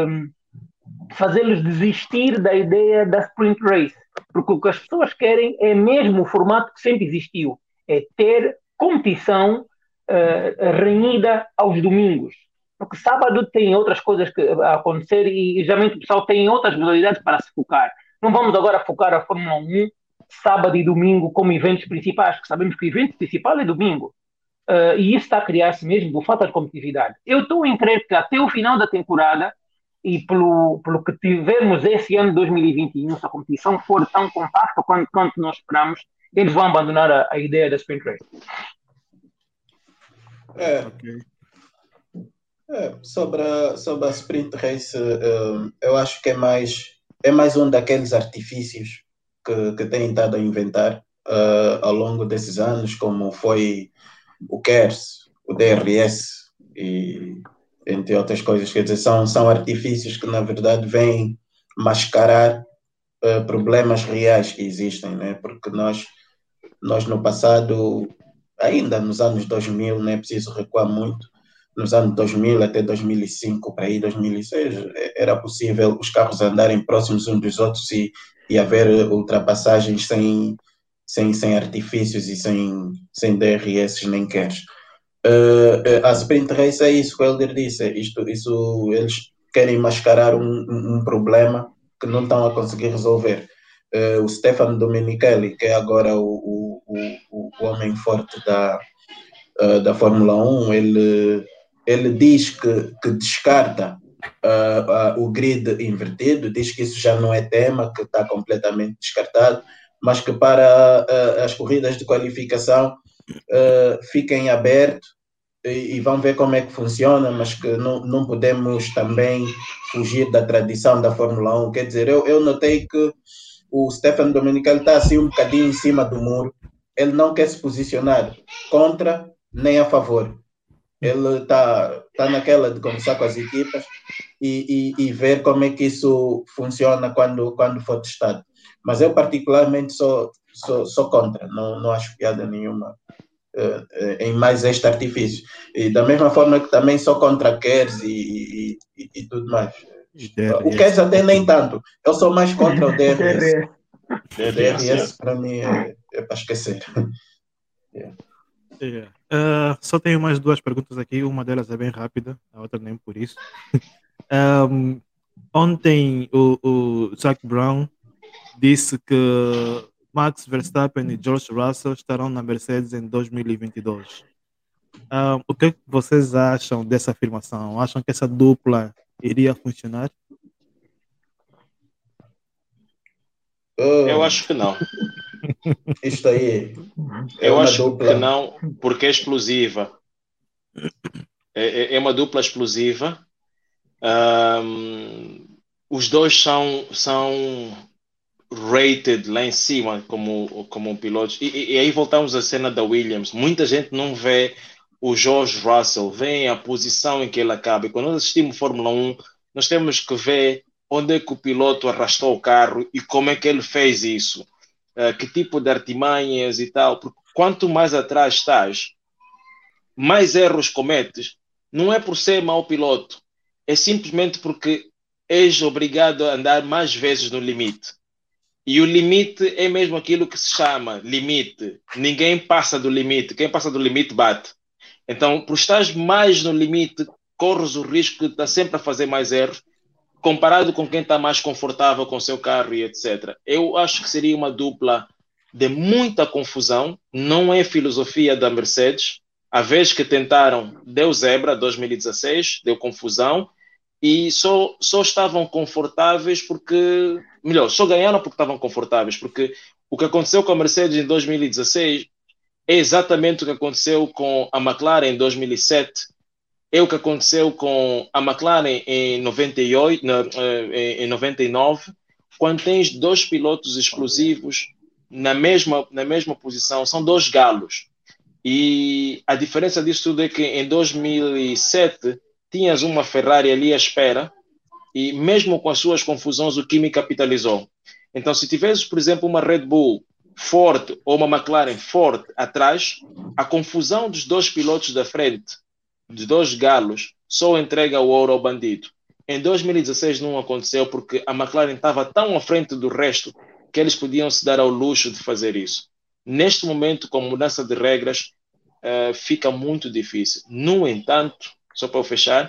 fazê-los desistir da ideia da Sprint Race. Porque o que as pessoas querem é mesmo o formato que sempre existiu. É ter competição renhida aos domingos. Porque sábado tem outras coisas a acontecer e geralmente o pessoal tem outras modalidades para se focar. Não vamos agora focar a Fórmula 1 sábado e domingo como eventos principais, porque sabemos que o evento principal é domingo. E isso está a criar-se mesmo por falta de competitividade. Eu estou em crer que até o final da temporada e pelo que tivermos esse ano de 2021, se a competição for tão compacta quanto nós esperamos, eles vão abandonar a ideia da Sprint Race. Sobre a Sprint Race, eu acho que é mais um daqueles artifícios que têm estado a inventar ao longo desses anos, como foi o KERS, o DRS e entre outras coisas. Quer dizer, são artifícios que na verdade vêm mascarar problemas reais que existem, né? Porque nós no passado, ainda nos anos 2000, não é preciso recuar muito, nos anos 2000 até 2005, para aí 2006, era possível os carros andarem próximos uns dos outros e haver ultrapassagens sem artifícios e sem DRS nem KERS. A Sprint Race é isso que o Helder disse, eles querem mascarar um problema que não estão a conseguir resolver. O Stefano Domenicali, que é agora o homem forte da Fórmula 1, ele diz que descarta o grid invertido, diz que isso já não é tema, que está completamente descartado, mas que para as corridas de qualificação fiquem aberto e vão ver como é que funciona, mas que não podemos também fugir da tradição da Fórmula 1. Quer dizer, eu notei que o Stefano Domenicali está assim um bocadinho em cima do muro, ele não quer se posicionar contra nem a favor. Ele está naquela de conversar com as equipas e ver como é que isso funciona quando for testado. Mas eu particularmente sou contra, não acho piada nenhuma em mais este artifício. E da mesma forma que também sou contra Kers e tudo mais. O Kers até nem tanto. Eu sou mais contra o DRS. O DRS para mim é para esquecer. Só tenho mais duas perguntas aqui. Uma delas é bem rápida, a outra nem por isso. Ontem o Zac Brown disse que Max Verstappen e George Russell estarão na Mercedes em 2022. O que vocês acham dessa afirmação? Acham que essa dupla iria funcionar? Eu acho que não. Isto aí eu acho dupla. Que não, porque é explosiva. É uma dupla explosiva. Os dois são rated lá em cima como pilotos. E aí voltamos à cena da Williams. Muita gente não vê o George Russell, vê a posição em que ele acaba. E quando nós assistimos Fórmula 1, nós temos que ver onde é que o piloto arrastou o carro e como é que ele fez isso. Que tipo de artimanhas e tal. Porque quanto mais atrás estás, mais erros cometes. Não é por ser mau piloto, é simplesmente porque és obrigado a andar mais vezes no limite. E o limite é mesmo aquilo que se chama limite. Ninguém passa do limite. Quem passa do limite bate. Então, por estar mais no limite, corres o risco de estar sempre a fazer mais erros, comparado com quem está mais confortável com o seu carro e etc. Eu acho que seria uma dupla de muita confusão. Não é filosofia da Mercedes. A vez que tentaram, deu zebra, 2016, deu confusão. E só estavam confortáveis porque... Melhor, só ganharam porque estavam confortáveis. Porque o que aconteceu com a Mercedes em 2016 é exatamente o que aconteceu com a McLaren em 2007. É o que aconteceu com a McLaren em 98, em 99, quando tens dois pilotos explosivos na mesma posição. São dois galos. E a diferença disso tudo é que em 2007... tinhas uma Ferrari ali à espera e mesmo com as suas confusões o Kimi capitalizou. Então se tivesse, por exemplo, uma Red Bull forte ou uma McLaren forte atrás, a confusão dos dois pilotos da frente, dos dois galos, só entrega o ouro ao bandido. Em 2016 não aconteceu porque a McLaren estava tão à frente do resto que eles podiam se dar ao luxo de fazer isso. Neste momento, com mudança de regras, fica muito difícil. No entanto, só para eu fechar,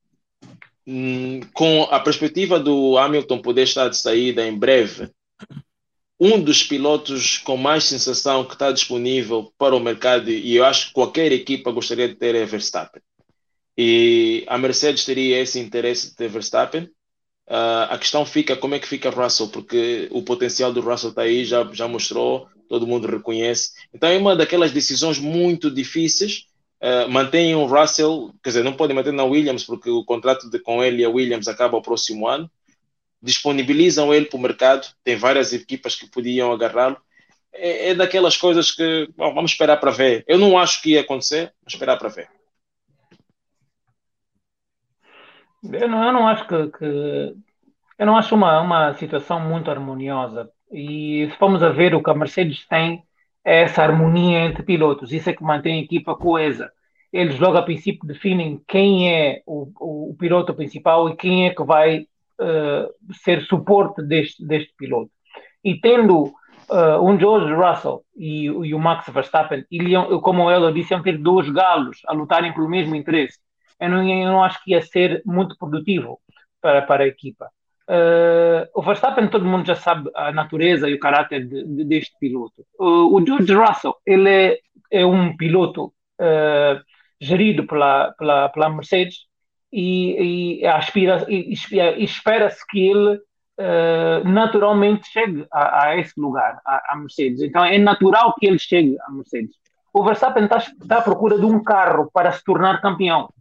com a perspectiva do Hamilton poder estar de saída em breve, um dos pilotos com mais sensação que está disponível para o mercado, e eu acho que qualquer equipa gostaria de ter, é Verstappen. E a Mercedes teria esse interesse de ter Verstappen. A questão fica como é que fica Russell, porque o potencial do Russell está aí, já mostrou, todo mundo reconhece. Então é uma daquelas decisões muito difíceis. Mantém o Russell, quer dizer, não podem manter na Williams porque o contrato com ele e a Williams acaba o próximo ano. Disponibilizam ele para o mercado, tem várias equipas que podiam agarrá-lo. É daquelas coisas que vamos esperar para ver. Eu não acho que ia acontecer, vamos esperar para ver. Eu não acho eu não acho uma situação muito harmoniosa. E se formos a ver o que a Mercedes tem, é essa harmonia entre pilotos. Isso é que mantém a equipa coesa. Eles logo a princípio definem quem é o piloto principal e quem é que vai ser suporte deste piloto. E tendo um George Russell e o Max Verstappen, como ela disse, iam ter dois galos a lutarem pelo mesmo interesse. Eu não acho que ia ser muito produtivo para a equipa. O Verstappen, todo mundo já sabe a natureza e o caráter deste piloto. O George Russell, ele é um piloto gerido pela Mercedes e espera-se que ele naturalmente chegue a esse lugar, à Mercedes. Então é natural que ele chegue à Mercedes. O Verstappen está à procura de um carro para se tornar campeão.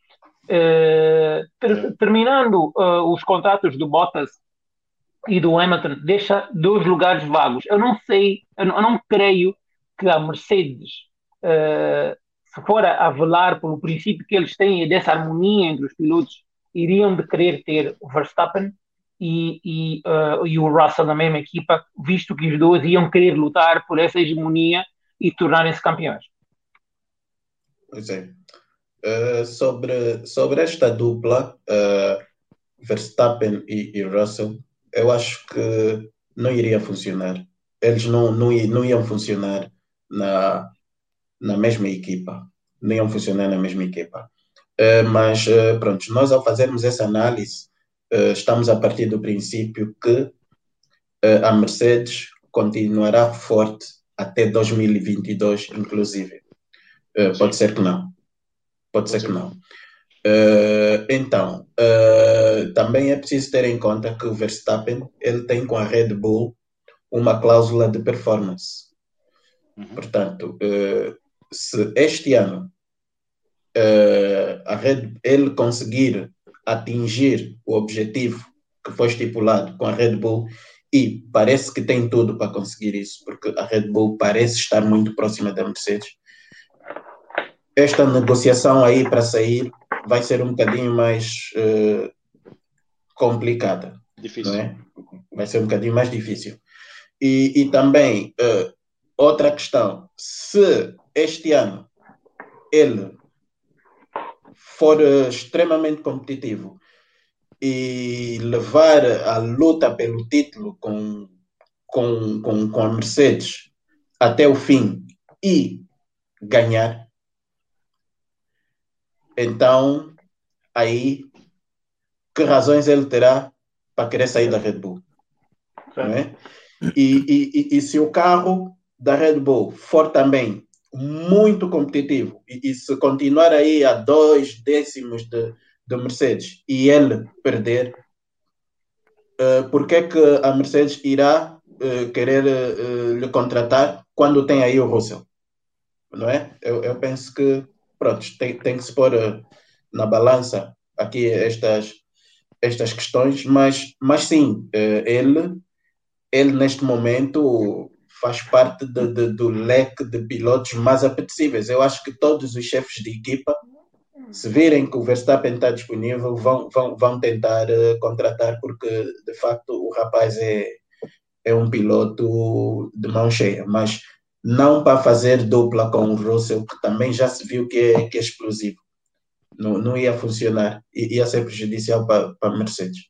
Terminando os contratos do Bottas e do Hamilton, deixa dois lugares vagos. Eu não creio que a Mercedes se for a velar pelo princípio que eles têm dessa harmonia entre os pilotos, iriam de querer ter o Verstappen e o Russell na mesma equipa, visto que os dois iam querer lutar por essa hegemonia e tornarem-se campeões. Pois é. Sobre esta dupla, Verstappen e Russell, eu acho que não iria funcionar. Eles não iam funcionar na mesma equipa. Não iam funcionar na mesma equipa. Mas, pronto, nós ao fazermos essa análise, estamos a partir do princípio que a Mercedes continuará forte até 2022, inclusive. Pode ser que não. Pode ser que não. Então, também é preciso ter em conta que o Verstappen ele tem com a Red Bull uma cláusula de performance. Portanto, se este ano ele conseguir atingir o objetivo que foi estipulado com a Red Bull, e parece que tem tudo para conseguir isso, porque a Red Bull parece estar muito próxima da Mercedes, esta negociação aí para sair vai ser um bocadinho mais complicada. Difícil. Não é? Vai ser um bocadinho mais difícil. E também, outra questão, se este ano ele for extremamente competitivo e levar a luta pelo título com a Mercedes até o fim e ganhar, então aí que razões ele terá para querer sair da Red Bull? Não é? E se o carro da Red Bull for também muito competitivo e se continuar aí a 2 décimos de Mercedes e ele perder, por que a Mercedes irá querer lhe contratar quando tem aí o Russell? Não é? Eu penso que pronto, tem que se pôr na balança aqui estas questões, mas sim, ele neste momento faz parte do leque de pilotos mais apetecíveis. Eu acho que todos os chefes de equipa, se virem que o Verstappen está disponível, vão tentar contratar, porque de facto o rapaz é um piloto de mão cheia, mas não para fazer dupla com o Russell, que também já se viu que é explosivo. Não ia funcionar, ia ser prejudicial para a Mercedes.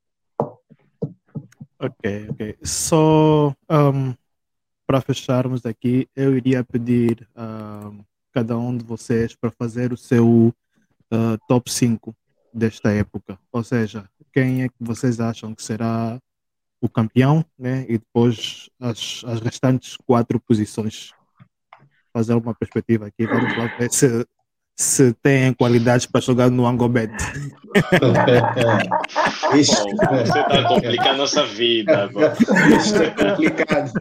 Ok. Só para fecharmos aqui, eu iria pedir a cada um de vocês para fazer o seu top 5 desta época. Ou seja, quem é que vocês acham que será o campeão, né? E depois as restantes 4 posições. Fazer uma perspectiva aqui. Vamos lá ver se têm qualidades para jogar no Angobet. Isso. Você está a complicar a nossa vida. Isto é complicado.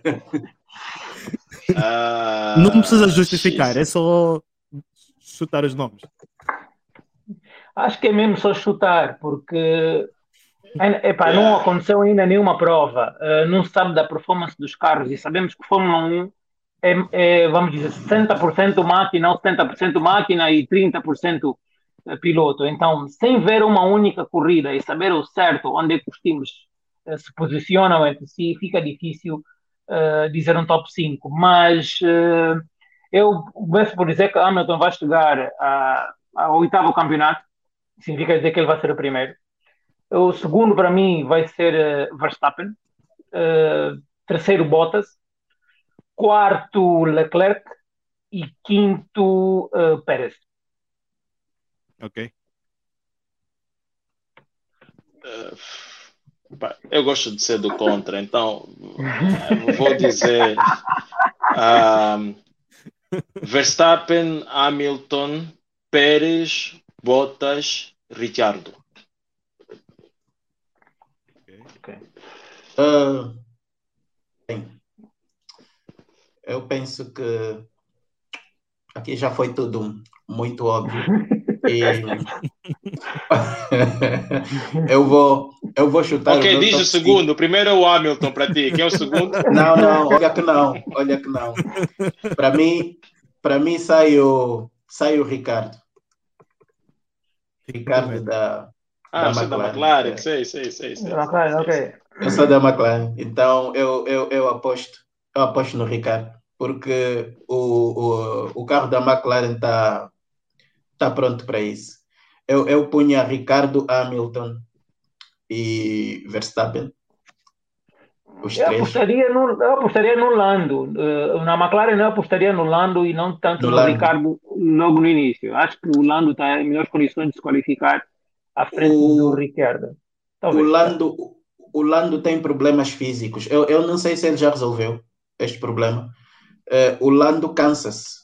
Não precisa justificar, é só chutar os nomes. Acho que é mesmo só chutar, porque não aconteceu ainda nenhuma prova, não se sabe da performance dos carros, e sabemos que Fórmula 1 vamos dizer, 60% máquina ou 70% máquina e 30% piloto. Então, sem ver uma única corrida e saber o certo onde é que os times se posicionam entre si, fica difícil dizer um top 5. Mas eu começo por dizer que Hamilton vai chegar ao 8º campeonato, significa dizer que ele vai ser o primeiro. O segundo, para mim, vai ser Verstappen. Terceiro, Bottas. Quarto, Leclerc. E quinto, Pérez. Ok. Eu gosto de ser do contra, então vou dizer Verstappen, Hamilton, Pérez, Bottas, Ricciardo. Eu penso que aqui já foi tudo muito óbvio. E eu vou chutar. Ok, diz o segundo. O primeiro é o Hamilton para ti. Quem é o segundo? Não, olha que não. Para mim sai o sai o Ricardo. Ricardo da sou da McLaren, sei. Ok. Eu sou da McLaren, então eu aposto no Ricardo, porque o carro da McLaren está pronto para isso. Eu punha Ricardo, Hamilton e Verstappen. Eu apostaria no Lando. Na McLaren eu apostaria no Lando e não tanto no Ricardo logo no início. Acho que o Lando está em melhores condições de se qualificar à frente do Ricardo. Talvez. O Lando tem problemas físicos. Eu não sei se ele já resolveu este problema. O Lando cansa-se.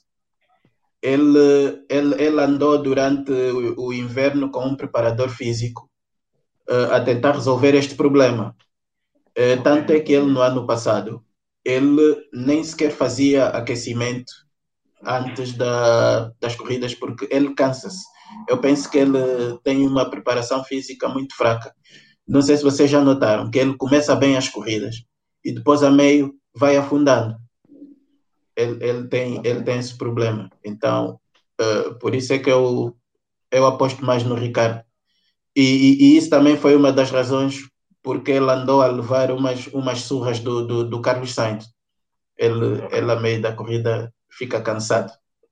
Ele andou durante o inverno com um preparador físico a tentar resolver este problema. Tanto é que ele, no ano passado, ele nem sequer fazia aquecimento antes das corridas, porque ele cansa-se. Eu penso que ele tem uma preparação física muito fraca. Não sei se vocês já notaram que ele começa bem as corridas e depois a meio vai afundando. Ele tem esse problema. Então, por isso é que eu aposto mais no Ricardo. E isso também foi uma das razões porque ele andou a levar umas surras do Carlos Sainz. Ele a meio da corrida fica cansado.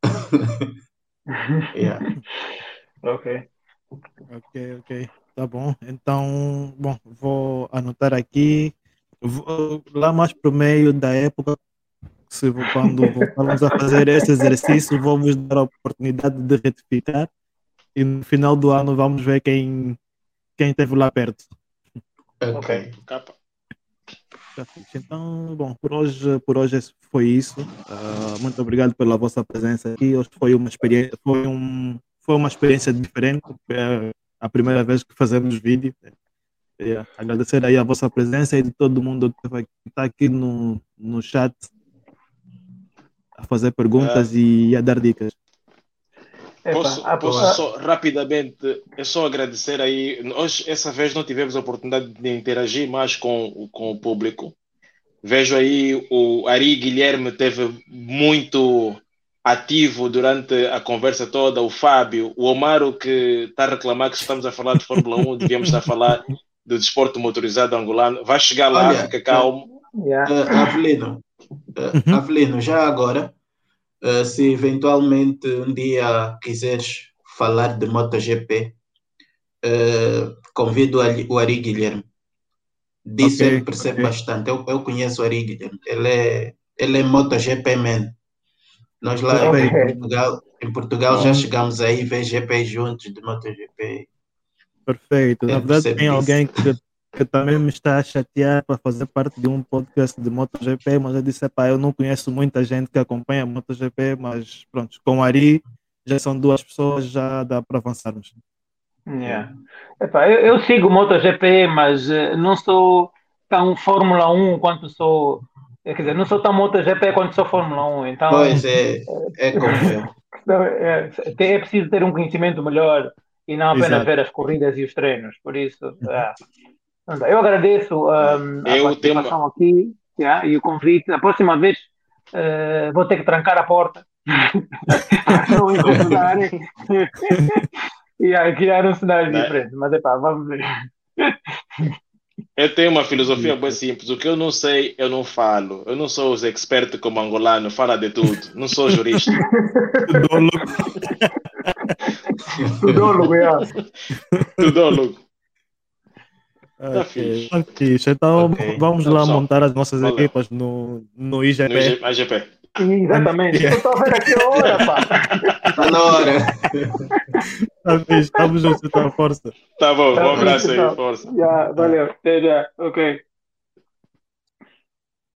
Yeah. Ok. Tá bom. Então, vou anotar aqui. Lá mais pro meio da época, quando voltarmos a fazer esse exercício, vamos dar a oportunidade de retificar e no final do ano vamos ver quem esteve lá perto. Ok. Então, por hoje foi isso. Muito obrigado pela vossa presença aqui. Hoje foi uma experiência diferente. É a primeira vez que fazemos vídeo. Agradecer aí a vossa presença e de todo mundo que está aqui no chat a fazer perguntas e a dar dicas. Posso só rapidamente, só agradecer aí. Hoje, essa vez, não tivemos a oportunidade de interagir mais com o público. Vejo aí o Ari Guilherme esteve muito ativo durante a conversa toda, o Fábio, o Omaro, que está a reclamar que estamos a falar de Fórmula 1, devíamos estar a falar do desporto motorizado angolano. Vai chegar lá, olha, fica calmo. Avelino, já agora, se eventualmente um dia quiseres falar de MotoGP, convido o Ari Guilherme. Disso ele percebe bastante. Eu conheço o Ari Guilherme. Ele é MotoGP man. Nós lá em Portugal já chegamos aí ver GP juntos de MotoGP. Perfeito. Na verdade, tem alguém que também me está a chatear para fazer parte de um podcast de MotoGP, mas eu disse, eu não conheço muita gente que acompanha MotoGP, mas pronto, com o Ari já são 2 pessoas, já dá para avançarmos. Eu sigo o MotoGP, mas não sou tão Fórmula 1 quanto sou. Quer dizer, não sou tão MotoGP quanto sou Fórmula 1. Então, pois é como é preciso ter um conhecimento melhor e não apenas ver as corridas e os treinos. Por isso, eu agradeço a participação aqui e o convite. A próxima vez vou ter que trancar a porta para não incomodarem. E criar um cenário diferente, mas vamos ver. Eu tenho uma filosofia bem simples. O que eu não sei, eu não falo. Eu não sou os expertos como angolano, fala de tudo. Não sou jurista. Tudólogo, Tudólogo. Então, vamos lá montar as nossas equipas no IGP. No IGP. Exatamente. Eu estou a ver aqui a hora, pá. Está na hora. Estamos juntos, então, força. Tá bom, um abraço aí, força. Valeu. Até já. Ok.